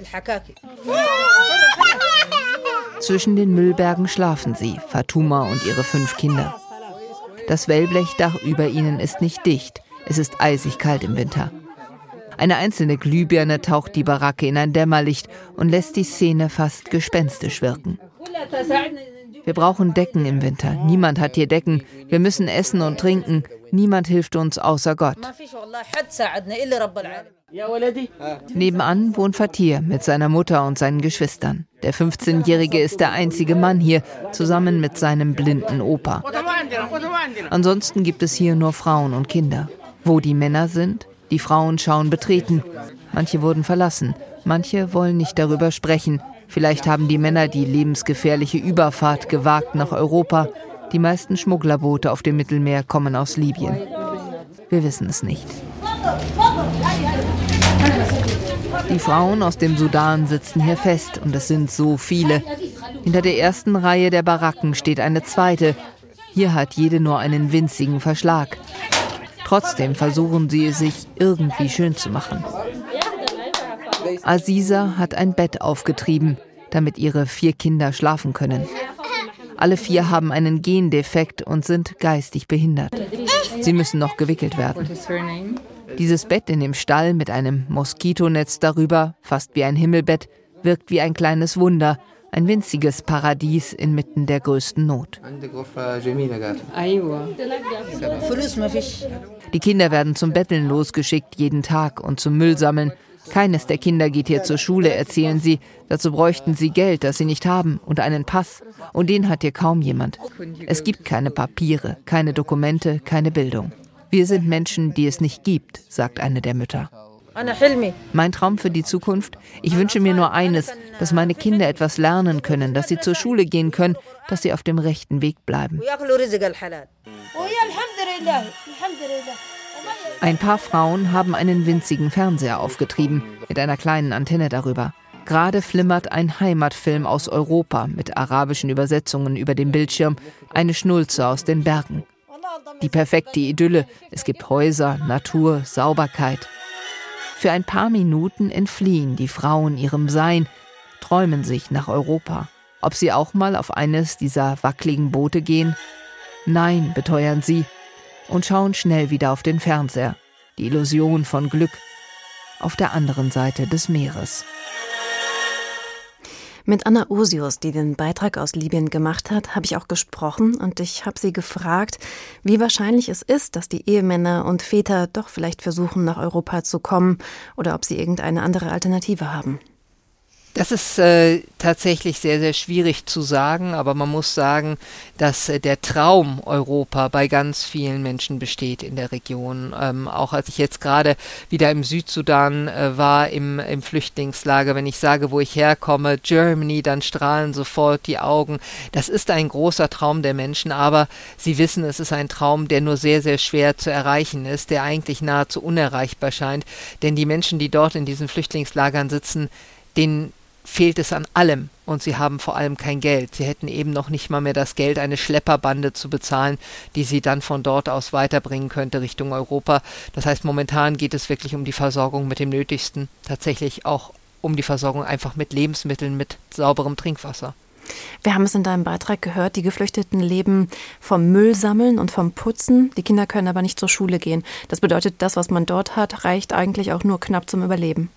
Zwischen den Müllbergen schlafen sie, Fatuma und ihre fünf Kinder. Das Wellblechdach über ihnen ist nicht dicht. Es ist eisig kalt im Winter. Eine einzelne Glühbirne taucht die Baracke in ein Dämmerlicht und lässt die Szene fast gespenstisch wirken. Wir brauchen Decken im Winter. Niemand hat hier Decken. Wir müssen essen und trinken. Niemand hilft uns außer Gott. Nebenan wohnt Fatir mit seiner Mutter und seinen Geschwistern. Der fünfzehnjährige ist der einzige Mann hier, zusammen mit seinem blinden Opa. Ansonsten gibt es hier nur Frauen und Kinder. Wo die Männer sind? Die Frauen schauen betreten. Manche wurden verlassen. Manche wollen nicht darüber sprechen. Vielleicht haben die Männer die lebensgefährliche Überfahrt gewagt nach Europa. Die meisten Schmugglerboote auf dem Mittelmeer kommen aus Libyen. Wir wissen es nicht. Die Frauen aus dem Sudan sitzen hier fest und es sind so viele. Hinter der ersten Reihe der Baracken steht eine zweite. Hier hat jede nur einen winzigen Verschlag. Trotzdem versuchen sie es sich irgendwie schön zu machen. Aziza hat ein Bett aufgetrieben, damit ihre vier Kinder schlafen können. Alle vier haben einen Gendefekt und sind geistig behindert. Sie müssen noch gewickelt werden. Dieses Bett in dem Stall mit einem Moskitonetz darüber, fast wie ein Himmelbett, wirkt wie ein kleines Wunder, ein winziges Paradies inmitten der größten Not. Die Kinder werden zum Betteln losgeschickt, jeden Tag, und zum Müll sammeln. Keines der Kinder geht hier zur Schule, erzählen sie. Dazu bräuchten sie Geld, das sie nicht haben, und einen Pass. Und den hat hier kaum jemand. Es gibt keine Papiere, keine Dokumente, keine Bildung. Wir sind Menschen, die es nicht gibt, sagt eine der Mütter. Mein Traum für die Zukunft? Ich wünsche mir nur eines, dass meine Kinder etwas lernen können, dass sie zur Schule gehen können, dass sie auf dem rechten Weg bleiben. Ein paar Frauen haben einen winzigen Fernseher aufgetrieben, mit einer kleinen Antenne darüber. Gerade flimmert ein Heimatfilm aus Europa mit arabischen Übersetzungen über dem Bildschirm, eine Schnulze aus den Bergen. Die perfekte Idylle, es gibt Häuser, Natur, Sauberkeit. Für ein paar Minuten entfliehen die Frauen ihrem Sein, träumen sich nach Europa. Ob sie auch mal auf eines dieser wackeligen Boote gehen? Nein, beteuern sie und schauen schnell wieder auf den Fernseher. Die Illusion von Glück auf der anderen Seite des Meeres. Mit Anna Osius, die den Beitrag aus Libyen gemacht hat, habe ich auch gesprochen und ich habe sie gefragt, wie wahrscheinlich es ist, dass die Ehemänner und Väter doch vielleicht versuchen, nach Europa zu kommen oder ob sie irgendeine andere Alternative haben. Das ist äh, tatsächlich sehr, sehr schwierig zu sagen, aber man muss sagen, dass äh, der Traum Europa bei ganz vielen Menschen besteht in der Region. Ähm, auch als ich jetzt gerade wieder im Südsudan äh, war, im, im Flüchtlingslager, wenn ich sage, wo ich herkomme, Germany, dann strahlen sofort die Augen. Das ist ein großer Traum der Menschen, aber sie wissen, es ist ein Traum, der nur sehr, sehr schwer zu erreichen ist, der eigentlich nahezu unerreichbar scheint, denn die Menschen, die dort in diesen Flüchtlingslagern sitzen, denen fehlt es an allem und sie haben vor allem kein Geld. Sie hätten eben noch nicht mal mehr das Geld, eine Schlepperbande zu bezahlen, die sie dann von dort aus weiterbringen könnte Richtung Europa. Das heißt, momentan geht es wirklich um die Versorgung mit dem Nötigsten, tatsächlich auch um die Versorgung einfach mit Lebensmitteln, mit sauberem Trinkwasser. Wir haben es in deinem Beitrag gehört, die Geflüchteten leben vom Müll sammeln und vom Putzen. Die Kinder können aber nicht zur Schule gehen. Das bedeutet, das, was man dort hat, reicht eigentlich auch nur knapp zum Überleben.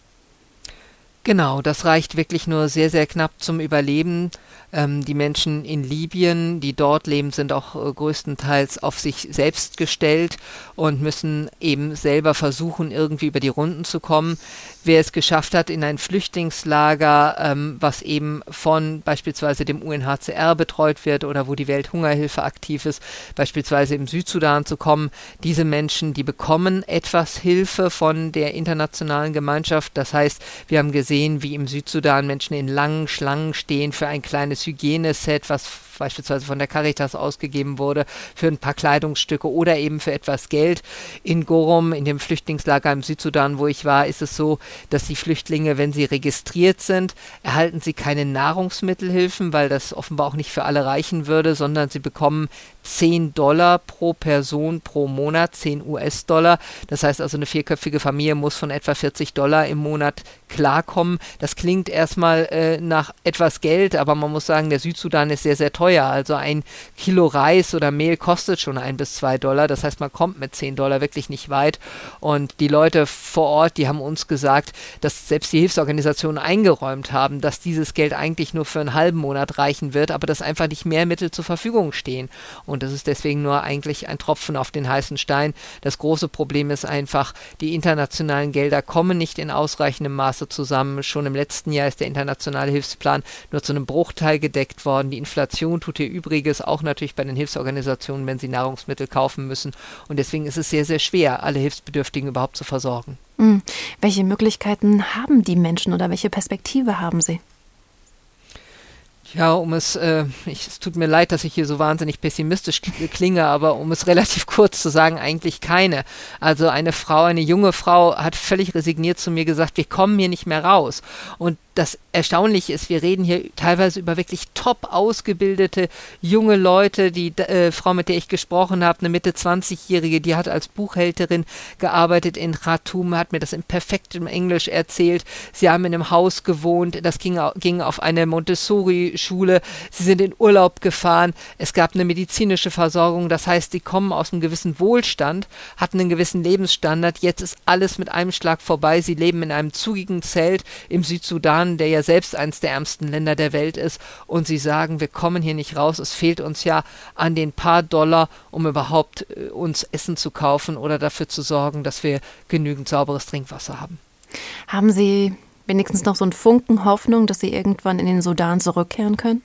Genau, das reicht wirklich nur sehr, sehr knapp zum Überleben. Ähm, die Menschen in Libyen, die dort leben, sind auch äh, größtenteils auf sich selbst gestellt und müssen eben selber versuchen, irgendwie über die Runden zu kommen. Wer es geschafft hat, in ein Flüchtlingslager, ähm, was eben von beispielsweise dem U N H C R betreut wird oder wo die Welthungerhilfe aktiv ist, beispielsweise im Südsudan zu kommen, diese Menschen, die bekommen etwas Hilfe von der internationalen Gemeinschaft. Das heißt, wir haben gesehen, wie im Südsudan Menschen in langen Schlangen stehen für ein kleines Hygieneset, was beispielsweise von der Caritas ausgegeben wurde, für ein paar Kleidungsstücke oder eben für etwas Geld. In Gorom, in dem Flüchtlingslager im Südsudan, wo ich war, ist es so, dass die Flüchtlinge, wenn sie registriert sind, erhalten sie keine Nahrungsmittelhilfen, weil das offenbar auch nicht für alle reichen würde, sondern sie bekommen zehn Dollar pro Person pro Monat, zehn US-Dollar. Das heißt also, eine vierköpfige Familie muss von etwa vierzig Dollar im Monat klarkommen. Das klingt erstmal äh, nach etwas Geld, aber man muss sagen, der Südsudan ist sehr, sehr teuer. Also ein Kilo Reis oder Mehl kostet schon ein bis zwei Dollar. Das heißt, man kommt mit zehn Dollar wirklich nicht weit. Und die Leute vor Ort, die haben uns gesagt, dass selbst die Hilfsorganisationen eingeräumt haben, dass dieses Geld eigentlich nur für einen halben Monat reichen wird, aber dass einfach nicht mehr Mittel zur Verfügung stehen. Und das ist deswegen nur eigentlich ein Tropfen auf den heißen Stein. Das große Problem ist einfach, die internationalen Gelder kommen nicht in ausreichendem Maße zusammen. Schon im letzten Jahr ist der internationale Hilfsplan nur zu einem Bruchteil gedeckt worden. Die Inflation tut ihr Übriges, auch natürlich bei den Hilfsorganisationen, wenn sie Nahrungsmittel kaufen müssen. Und deswegen ist es sehr, sehr schwer, alle Hilfsbedürftigen überhaupt zu versorgen. Mhm. Welche Möglichkeiten haben die Menschen oder welche Perspektive haben sie? Ja, um es, äh, ich, es tut mir leid, dass ich hier so wahnsinnig pessimistisch klinge, aber um es relativ kurz zu sagen, eigentlich keine. Also eine Frau, eine junge Frau hat völlig resigniert zu mir gesagt, wir kommen hier nicht mehr raus. Und das Erstaunliche ist, wir reden hier teilweise über wirklich top ausgebildete junge Leute. Die äh, Frau, mit der ich gesprochen habe, eine Mitte zwanzigjährige, die hat als Buchhälterin gearbeitet in Khartoum, hat mir das in perfektem Englisch erzählt. Sie haben in einem Haus gewohnt, das ging, ging auf eine Montessori-Schule. Sie sind in Urlaub gefahren. Es gab eine medizinische Versorgung. Das heißt, sie kommen aus einem gewissen Wohlstand, hatten einen gewissen Lebensstandard. Jetzt ist alles mit einem Schlag vorbei. Sie leben in einem zugigen Zelt im Südsudan, der ja selbst eines der ärmsten Länder der Welt ist, und sie sagen, wir kommen hier nicht raus, es fehlt uns ja an den paar Dollar, um überhaupt äh, uns Essen zu kaufen oder dafür zu sorgen, dass wir genügend sauberes Trinkwasser haben. Haben Sie wenigstens noch so einen Funken Hoffnung, dass Sie irgendwann in den Sudan zurückkehren können?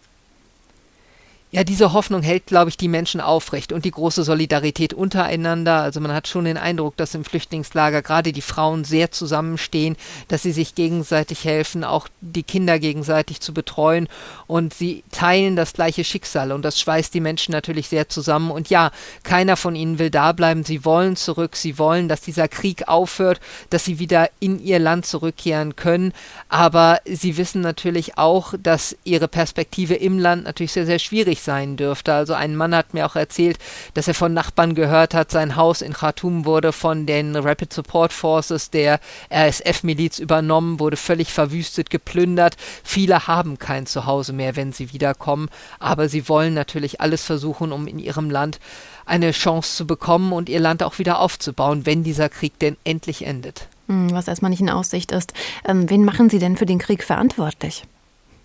Ja, diese Hoffnung hält, glaube ich, die Menschen aufrecht und die große Solidarität untereinander. Also man hat schon den Eindruck, dass im Flüchtlingslager gerade die Frauen sehr zusammenstehen, dass sie sich gegenseitig helfen, auch die Kinder gegenseitig zu betreuen, und sie teilen das gleiche Schicksal, und das schweißt die Menschen natürlich sehr zusammen. Und ja, keiner von ihnen will da bleiben, sie wollen zurück, sie wollen, dass dieser Krieg aufhört, dass sie wieder in ihr Land zurückkehren können, aber sie wissen natürlich auch, dass ihre Perspektive im Land natürlich sehr, sehr schwierig sein dürfte. Also ein Mann hat mir auch erzählt, dass er von Nachbarn gehört hat, sein Haus in Khartoum wurde von den Rapid Support Forces der R S F-Miliz übernommen, wurde völlig verwüstet, geplündert. Viele haben kein Zuhause mehr, wenn sie wiederkommen, aber sie wollen natürlich alles versuchen, um in ihrem Land eine Chance zu bekommen und ihr Land auch wieder aufzubauen, wenn dieser Krieg denn endlich endet. Was erstmal nicht in Aussicht ist. Ähm, wen machen Sie denn für den Krieg verantwortlich?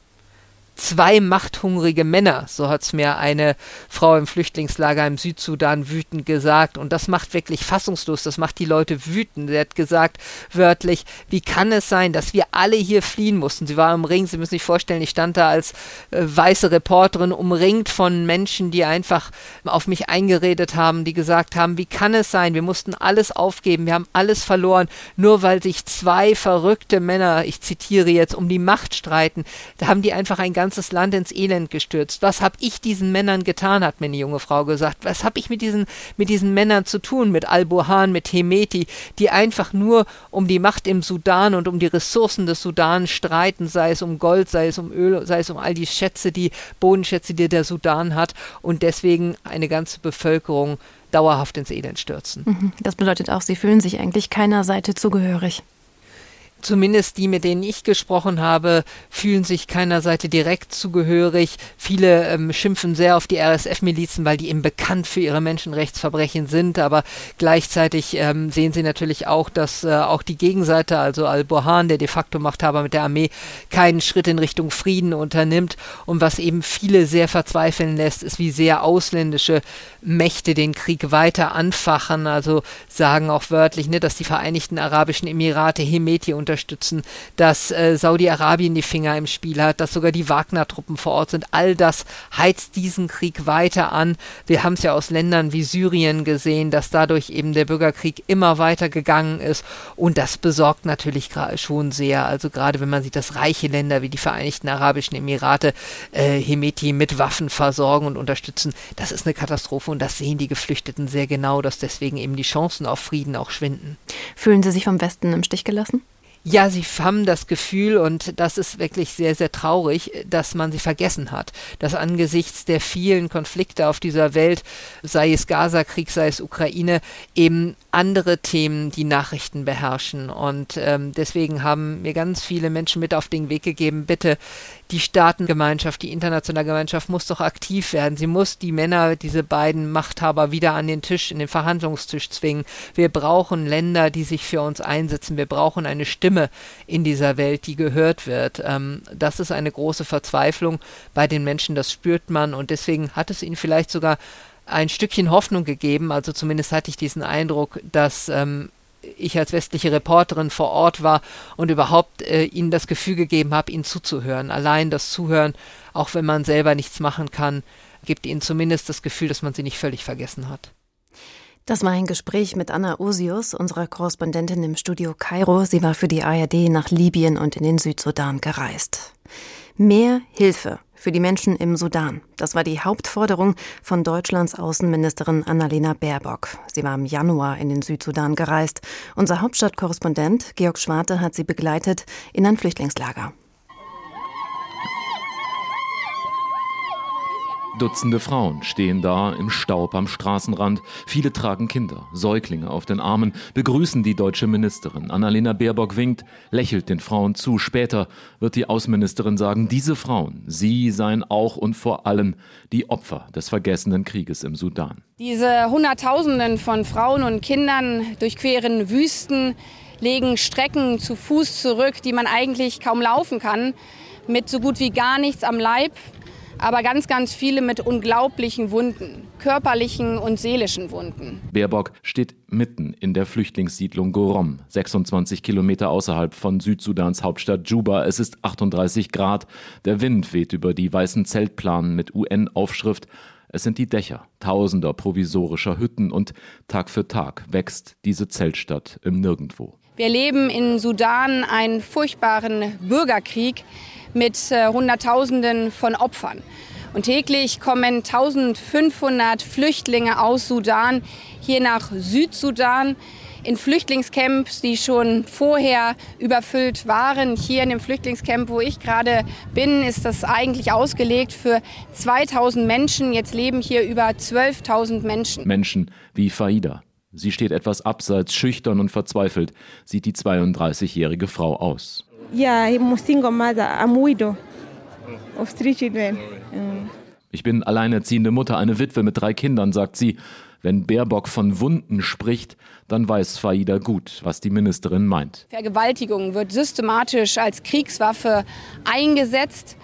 zwei machthungrige Männer, so hat es mir eine Frau im Flüchtlingslager im Südsudan wütend gesagt. Und das macht wirklich fassungslos, das macht die Leute wütend. Sie hat gesagt, wörtlich, wie kann es sein, dass wir alle hier fliehen mussten? Sie war umringt, Sie müssen sich vorstellen, ich stand da als äh, weiße Reporterin, umringt von Menschen, die einfach auf mich eingeredet haben, die gesagt haben, wie kann es sein, wir mussten alles aufgeben, wir haben alles verloren, nur weil sich zwei verrückte Männer, ich zitiere jetzt, um die Macht streiten. Da haben die einfach ein ganzes Land ins Elend gestürzt. Was habe ich diesen Männern getan, hat mir eine junge Frau gesagt. Was habe ich mit diesen, mit diesen Männern zu tun, mit Al-Burhan, mit Hemeti, die einfach nur um die Macht im Sudan und um die Ressourcen des Sudan streiten, sei es um Gold, sei es um Öl, sei es um all die Schätze, die Bodenschätze, die der Sudan hat und deswegen eine ganze Bevölkerung dauerhaft ins Elend stürzen. Das bedeutet auch, Sie fühlen sich eigentlich keiner Seite zugehörig. Zumindest die, mit denen ich gesprochen habe, fühlen sich keiner Seite direkt zugehörig. Viele ähm, schimpfen sehr auf die R S F-Milizen, weil die eben bekannt für ihre Menschenrechtsverbrechen sind. Aber gleichzeitig ähm, sehen sie natürlich auch, dass äh, auch die Gegenseite, also Al-Burhan, der de facto Machthaber mit der Armee, keinen Schritt in Richtung Frieden unternimmt. Und was eben viele sehr verzweifeln lässt, ist, wie sehr ausländische Mächte den Krieg weiter anfachen. Also sagen auch wörtlich, ne, dass die Vereinigten Arabischen Emirate Hemeti unter unterstützen, dass äh, Saudi-Arabien die Finger im Spiel hat, dass sogar die Wagner-Truppen vor Ort sind. All das heizt diesen Krieg weiter an. Wir haben es ja aus Ländern wie Syrien gesehen, dass dadurch eben der Bürgerkrieg immer weiter gegangen ist und das besorgt natürlich schon sehr. Also gerade wenn man sieht, dass reiche Länder wie die Vereinigten Arabischen Emirate äh, Hemeti mit Waffen versorgen und unterstützen, das ist eine Katastrophe und das sehen die Geflüchteten sehr genau, dass deswegen eben die Chancen auf Frieden auch schwinden. Fühlen Sie sich vom Westen im Stich gelassen? Ja, sie haben das Gefühl, und das ist wirklich sehr, sehr traurig, dass man sie vergessen hat, dass angesichts der vielen Konflikte auf dieser Welt, sei es Gaza-Krieg, sei es Ukraine, eben andere Themen die Nachrichten beherrschen. Und ähm, deswegen haben mir ganz viele Menschen mit auf den Weg gegeben, bitte, die Staatengemeinschaft, die internationale Gemeinschaft muss doch aktiv werden. Sie muss die Männer, diese beiden Machthaber wieder an den Tisch, in den Verhandlungstisch zwingen. Wir brauchen Länder, die sich für uns einsetzen. Wir brauchen eine Stimme in dieser Welt, die gehört wird. Ähm, das ist eine große Verzweiflung bei den Menschen, das spürt man. Und deswegen hat es ihnen vielleicht sogar ein Stückchen Hoffnung gegeben. Also zumindest hatte ich diesen Eindruck, dass ähm, ich als westliche Reporterin vor Ort war und überhaupt äh, ihnen das Gefühl gegeben habe, ihnen zuzuhören. Allein das Zuhören, auch wenn man selber nichts machen kann, gibt ihnen zumindest das Gefühl, dass man sie nicht völlig vergessen hat. Das war ein Gespräch mit Anna Osius, unserer Korrespondentin im Studio Kairo. Sie war für die A R D nach Libyen und in den Südsudan gereist. Mehr Hilfe für die Menschen im Sudan. Das war die Hauptforderung von Deutschlands Außenministerin Annalena Baerbock. Sie war im Januar in den Südsudan gereist. Unser Hauptstadtkorrespondent Georg Schwarte hat sie begleitet in ein Flüchtlingslager. Dutzende Frauen stehen da im Staub am Straßenrand. Viele tragen Kinder, Säuglinge auf den Armen, begrüßen die deutsche Ministerin. Annalena Baerbock winkt, lächelt den Frauen zu. Später wird die Außenministerin sagen, diese Frauen, sie seien auch und vor allem die Opfer des vergessenen Krieges im Sudan. Diese Hunderttausenden von Frauen und Kindern durchqueren Wüsten, legen Strecken zu Fuß zurück, die man eigentlich kaum laufen kann, mit so gut wie gar nichts am Leib. Aber ganz, ganz viele mit unglaublichen Wunden, körperlichen und seelischen Wunden. Baerbock steht mitten in der Flüchtlingssiedlung Gorom, sechsundzwanzig Kilometer außerhalb von Südsudans Hauptstadt Juba. Es ist achtunddreißig Grad, der Wind weht über die weißen Zeltplanen mit U N-Aufschrift. Es sind die Dächer tausender provisorischer Hütten und Tag für Tag wächst diese Zeltstadt im Nirgendwo. Wir erleben in Sudan einen furchtbaren Bürgerkrieg mit äh, Hunderttausenden von Opfern. Und täglich kommen eintausendfünfhundert Flüchtlinge aus Sudan hier nach Südsudan in Flüchtlingscamps, die schon vorher überfüllt waren. Hier in dem Flüchtlingscamp, wo ich gerade bin, ist das eigentlich ausgelegt für zweitausend Menschen. Jetzt leben hier über zwölftausend Menschen. Menschen wie Faida. Sie steht etwas abseits, schüchtern und verzweifelt, sieht die zweiunddreißigjährige Frau aus. Yeah, I'm a single mother. I'm a widow of three children. Ich bin alleinerziehende Mutter, eine Witwe mit drei Kindern, sagt sie. Wenn Baerbock von Wunden spricht, dann weiß Faida gut, was die Ministerin meint. Vergewaltigung wird systematisch als Kriegswaffe eingesetzt.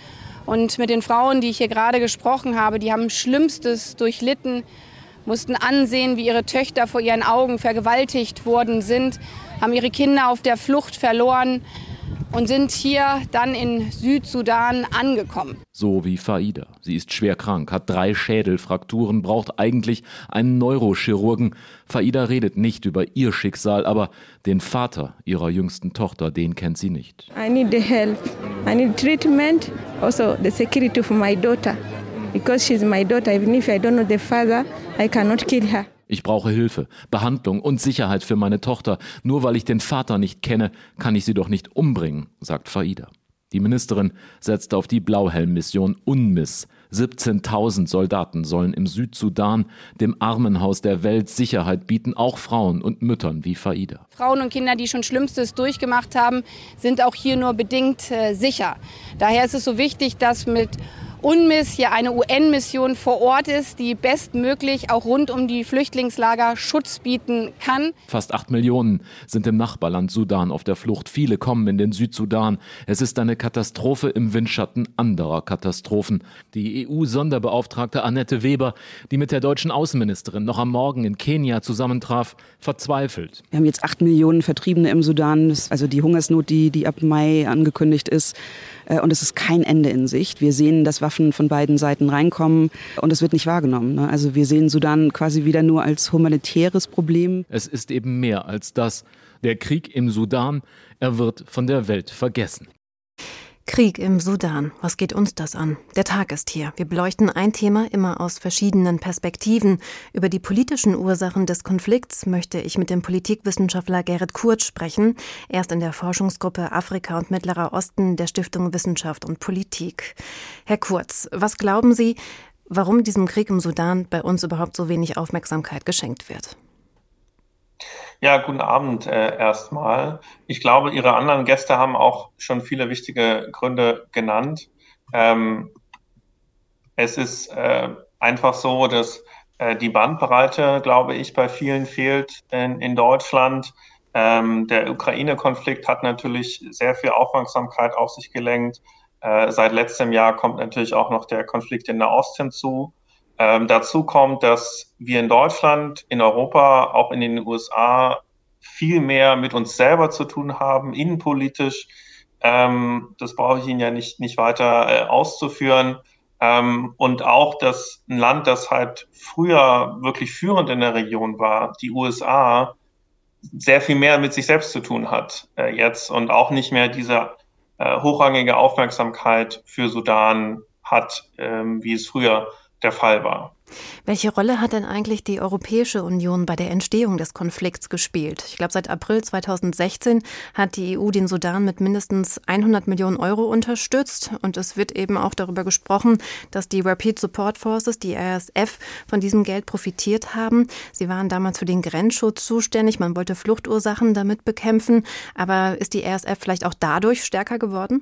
Und mit den Frauen, die ich hier gerade gesprochen habe, die haben Schlimmstes durchlitten, mussten ansehen, wie ihre Töchter vor ihren Augen vergewaltigt worden sind, haben ihre Kinder auf der Flucht verloren und sind hier dann in Südsudan angekommen. So wie Faida. Sie ist schwer krank, hat drei Schädelfrakturen, braucht eigentlich einen Neurochirurgen. Faida redet nicht über ihr Schicksal, aber den Vater ihrer jüngsten Tochter, den kennt sie nicht. I need the help. I need treatment, also the security for my daughter. Because she's my daughter, even if I don't know the father, I cannot kill her. Ich brauche Hilfe, Behandlung und Sicherheit für meine Tochter. Nur weil ich den Vater nicht kenne, kann ich sie doch nicht umbringen, sagt Faida. Die Ministerin setzt auf die Blauhelm-Mission UNMISS. siebzehntausend Soldaten sollen im Südsudan, dem Armenhaus der Welt, Sicherheit bieten, auch Frauen und Müttern wie Faida. Frauen und Kinder, die schon Schlimmstes durchgemacht haben, sind auch hier nur bedingt äh, sicher. Daher ist es so wichtig, dass mit UNMISS hier eine U N-Mission vor Ort ist, die bestmöglich auch rund um die Flüchtlingslager Schutz bieten kann. Fast acht Millionen sind im Nachbarland Sudan auf der Flucht. Viele kommen in den Südsudan. Es ist eine Katastrophe im Windschatten anderer Katastrophen. Die E U-Sonderbeauftragte Annette Weber, die mit der deutschen Außenministerin noch am Morgen in Kenia zusammentraf, verzweifelt. Wir haben jetzt acht Millionen Vertriebene im Sudan, also die Hungersnot, die, die ab Mai angekündigt ist. Und es ist kein Ende in Sicht. Wir sehen, dass Waffen von beiden Seiten reinkommen und es wird nicht wahrgenommen. Also wir sehen Sudan quasi wieder nur als humanitäres Problem. Es ist eben mehr als das. Der Krieg im Sudan, er wird von der Welt vergessen. Krieg im Sudan. Was geht uns das an? Der Tag ist hier. Wir beleuchten ein Thema immer aus verschiedenen Perspektiven. Über die politischen Ursachen des Konflikts möchte ich mit dem Politikwissenschaftler Gerrit Kurz sprechen. Er ist in der Forschungsgruppe Afrika und Mittlerer Osten der Stiftung Wissenschaft und Politik. Herr Kurz, was glauben Sie, warum diesem Krieg im Sudan bei uns überhaupt so wenig Aufmerksamkeit geschenkt wird? Ja, guten Abend äh, erstmal. Ich glaube, Ihre anderen Gäste haben auch schon viele wichtige Gründe genannt. Ähm, es ist äh, einfach so, dass äh, die Bandbreite, glaube ich, bei vielen fehlt in, in Deutschland. Ähm, der Ukraine-Konflikt hat natürlich sehr viel Aufmerksamkeit auf sich gelenkt. Äh, seit letztem Jahr kommt natürlich auch noch der Konflikt in Nahost hinzu. Ähm, dazu kommt, dass wir in Deutschland, in Europa, auch in den U S A viel mehr mit uns selber zu tun haben, innenpolitisch. Ähm, das brauche ich Ihnen ja nicht, nicht weiter äh, auszuführen. Ähm, und auch, dass ein Land, das halt früher wirklich führend in der Region war, die U S A, sehr viel mehr mit sich selbst zu tun hat äh, jetzt und auch nicht mehr diese äh, hochrangige Aufmerksamkeit für Sudan hat, ähm, wie es früher der Fall war. Welche Rolle hat denn eigentlich die Europäische Union bei der Entstehung des Konflikts gespielt? Ich glaube, seit April zweitausendsechzehn hat die E U den Sudan mit mindestens hundert Millionen Euro unterstützt. Und es wird eben auch darüber gesprochen, dass die Rapid Support Forces, die R S F, von diesem Geld profitiert haben. Sie waren damals für den Grenzschutz zuständig. Man wollte Fluchtursachen damit bekämpfen. Aber ist die R S F vielleicht auch dadurch stärker geworden?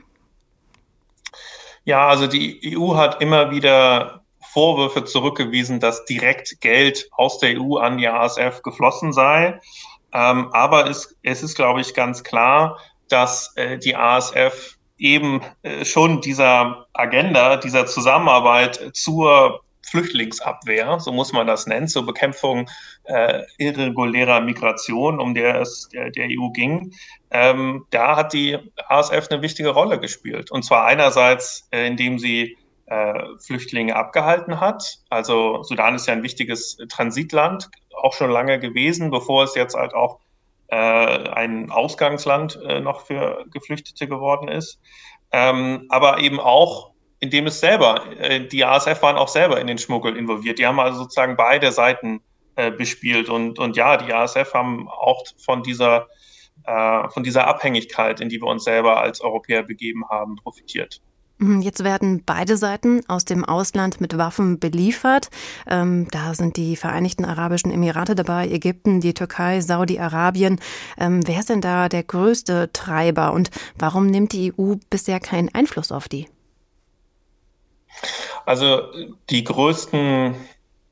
Ja, also die E U hat immer wieder Vorwürfe zurückgewiesen, dass direkt Geld aus der E U an die R S F geflossen sei. Ähm, aber es, es ist, glaube ich, ganz klar, dass äh, die R S F eben äh, schon dieser Agenda, dieser Zusammenarbeit zur Flüchtlingsabwehr, so muss man das nennen, zur Bekämpfung äh, irregulärer Migration, um der es der, der E U ging, ähm, da hat die R S F eine wichtige Rolle gespielt. Und zwar einerseits, äh, indem sie Äh, Flüchtlinge abgehalten hat. Also Sudan ist ja ein wichtiges Transitland, auch schon lange gewesen, bevor es jetzt halt auch äh, ein Ausgangsland äh, noch für Geflüchtete geworden ist. Ähm, aber eben auch, indem es selber, äh, die R S F waren auch selber in den Schmuggel involviert. Die haben also sozusagen beide Seiten äh, bespielt. Und, und ja, die R S F haben auch von dieser, äh, von dieser Abhängigkeit, in die wir uns selber als Europäer begeben haben, profitiert. Jetzt werden beide Seiten aus dem Ausland mit Waffen beliefert. Ähm, da sind die Vereinigten Arabischen Emirate dabei, Ägypten, die Türkei, Saudi-Arabien. Ähm, wer ist denn da der größte Treiber und warum nimmt die E U bisher keinen Einfluss auf die? Also die größten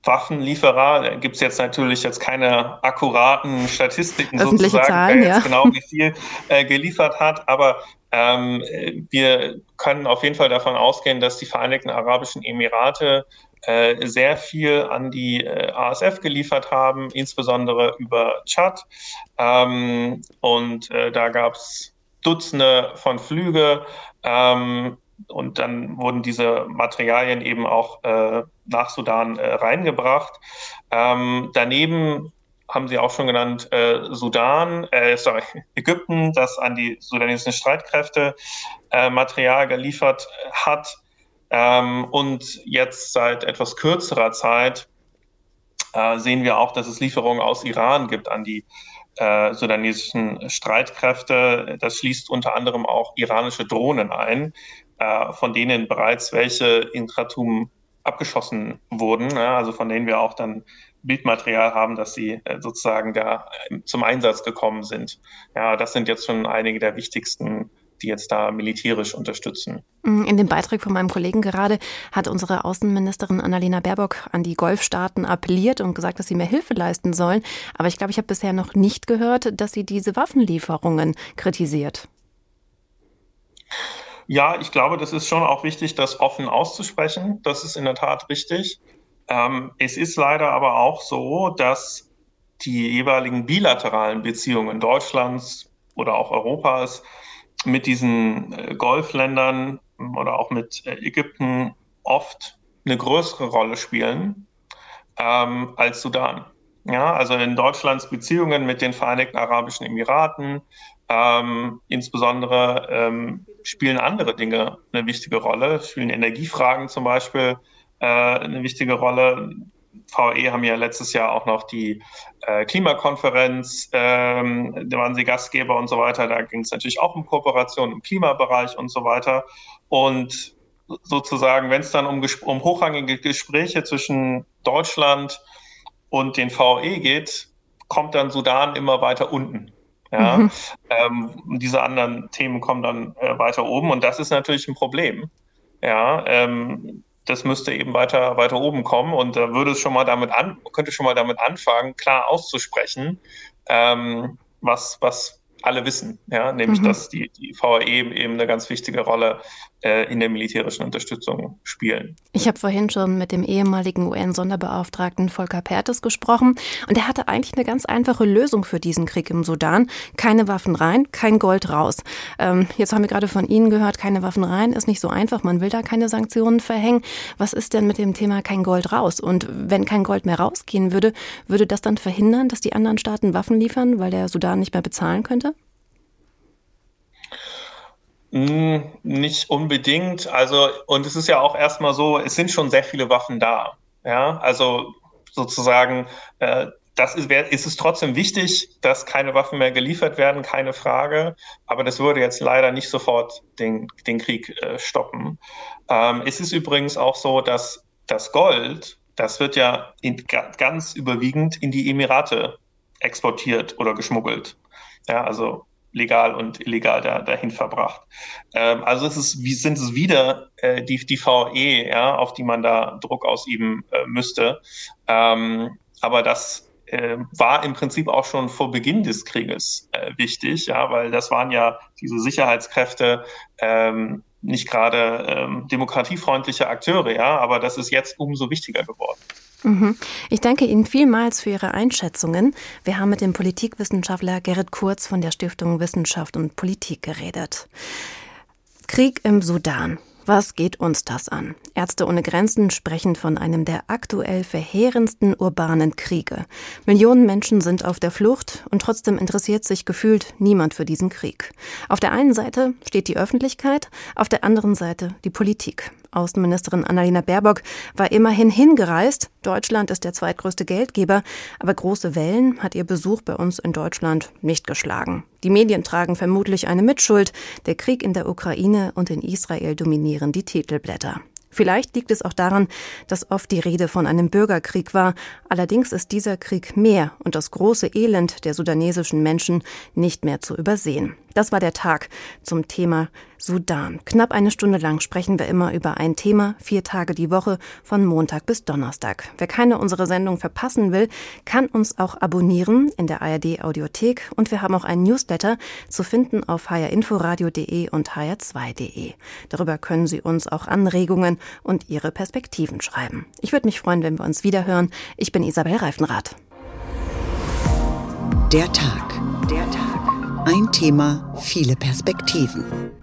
Waffenlieferer, da gibt es jetzt natürlich jetzt keine akkuraten Statistiken Öffentliche sozusagen, Zahlen, wer jetzt ja. genau wie viel äh, geliefert hat, aber ähm, wir können auf jeden Fall davon ausgehen, dass die Vereinigten Arabischen Emirate äh, sehr viel an die äh, R S F geliefert haben, insbesondere über Tschad. Ähm, und äh, da gab es Dutzende von Flüge. Ähm, Und dann wurden diese Materialien eben auch äh, nach Sudan äh, reingebracht. Ähm, daneben haben Sie auch schon genannt, äh, Sudan, äh, sorry, Ägypten, das an die sudanesischen Streitkräfte äh, Material geliefert hat. Ähm, und jetzt seit etwas kürzerer Zeit äh, sehen wir auch, dass es Lieferungen aus Iran gibt an die äh, sudanesischen Streitkräfte. Das schließt unter anderem auch iranische Drohnen ein, von denen bereits welche in Khartoum abgeschossen wurden, also von denen wir auch dann Bildmaterial haben, dass sie sozusagen da zum Einsatz gekommen sind. Ja, das sind jetzt schon einige der wichtigsten, die jetzt da militärisch unterstützen. In dem Beitrag von meinem Kollegen gerade hat unsere Außenministerin Annalena Baerbock an die Golfstaaten appelliert und gesagt, dass sie mehr Hilfe leisten sollen. Aber ich glaube, ich habe bisher noch nicht gehört, dass sie diese Waffenlieferungen kritisiert. Ja, ich glaube, das ist schon auch wichtig, das offen auszusprechen. Das ist in der Tat richtig. Ähm, es ist leider aber auch so, dass die jeweiligen bilateralen Beziehungen Deutschlands oder auch Europas mit diesen äh, Golfländern oder auch mit äh, Ägypten oft eine größere Rolle spielen ähm, als Sudan. Ja, also in Deutschlands Beziehungen mit den Vereinigten Arabischen Emiraten, Ähm, insbesondere ähm, spielen andere Dinge eine wichtige Rolle, spielen Energiefragen zum Beispiel äh, eine wichtige Rolle. V E haben ja letztes Jahr auch noch die äh, Klimakonferenz, ähm, da waren sie Gastgeber und so weiter. Da ging es natürlich auch um Kooperation im Klimabereich und so weiter. Und sozusagen, wenn es dann um, um hochrangige Gespräche zwischen Deutschland und den V E geht, kommt dann Sudan immer weiter unten. Ja, mhm. ähm, diese anderen Themen kommen dann äh, weiter oben und das ist natürlich ein Problem. Ja, ähm, das müsste eben weiter weiter oben kommen und da äh, würde es schon mal damit an, könnte schon mal damit anfangen, klar auszusprechen, ähm, was was alle wissen, ja, nämlich mhm. dass die, die V E eben eine ganz wichtige Rolle äh, in der militärischen Unterstützung spielen. Ich habe vorhin schon mit dem ehemaligen U N-Sonderbeauftragten Volker Perthes gesprochen und er hatte eigentlich eine ganz einfache Lösung für diesen Krieg im Sudan. Keine Waffen rein, kein Gold raus. Ähm, jetzt haben wir gerade von Ihnen gehört, keine Waffen rein ist nicht so einfach, man will da keine Sanktionen verhängen. Was ist denn mit dem Thema kein Gold raus? Und wenn kein Gold mehr rausgehen würde, würde das dann verhindern, dass die anderen Staaten Waffen liefern, weil der Sudan nicht mehr bezahlen könnte? Nicht unbedingt. Also, und es ist ja auch erstmal so, es sind schon sehr viele Waffen da. Ja, also sozusagen, äh, das ist, wär, ist es trotzdem wichtig, dass keine Waffen mehr geliefert werden, keine Frage. Aber das würde jetzt leider nicht sofort den, den Krieg äh, stoppen. Ähm, es ist übrigens auch so, dass das Gold, das wird ja in, ganz überwiegend in die Emirate exportiert oder geschmuggelt. Ja, also legal und illegal da, dahin verbracht. Ähm, also es ist, wie sind es wieder äh, die, die V E, ja, auf die man da Druck ausüben äh, müsste. Ähm, aber das äh, war im Prinzip auch schon vor Beginn des Krieges äh, wichtig, ja, weil das waren ja diese Sicherheitskräfte, ähm, nicht gerade ähm, demokratiefreundliche Akteure, ja, aber das ist jetzt umso wichtiger geworden. Ich danke Ihnen vielmals für Ihre Einschätzungen. Wir haben mit dem Politikwissenschaftler Gerrit Kurz von der Stiftung Wissenschaft und Politik geredet. Krieg im Sudan. Was geht uns das an? Ärzte ohne Grenzen sprechen von einem der aktuell verheerendsten urbanen Kriege. Millionen Menschen sind auf der Flucht und trotzdem interessiert sich gefühlt niemand für diesen Krieg. Auf der einen Seite steht die Öffentlichkeit, auf der anderen Seite die Politik. Außenministerin Annalena Baerbock war immerhin hingereist. Deutschland ist der zweitgrößte Geldgeber, aber große Wellen hat ihr Besuch bei uns in Deutschland nicht geschlagen. Die Medien tragen vermutlich eine Mitschuld. Der Krieg in der Ukraine und in Israel dominieren die Titelblätter. Vielleicht liegt es auch daran, dass oft die Rede von einem Bürgerkrieg war. Allerdings ist dieser Krieg mehr und das große Elend der sudanesischen Menschen nicht mehr zu übersehen. Das war der Tag zum Thema Sudan. Knapp eine Stunde lang sprechen wir immer über ein Thema, vier Tage die Woche, von Montag bis Donnerstag. Wer keine unserer Sendung verpassen will, kann uns auch abonnieren in der A R D-Audiothek. Und wir haben auch einen Newsletter zu finden auf h r inforadio punkt d e und h r zwei punkt d e. Darüber können Sie uns auch Anregungen und Ihre Perspektiven schreiben. Ich würde mich freuen, wenn wir uns wiederhören. Ich bin Isabel Reifenrath. Der Tag. Der Tag. Ein Thema, viele Perspektiven.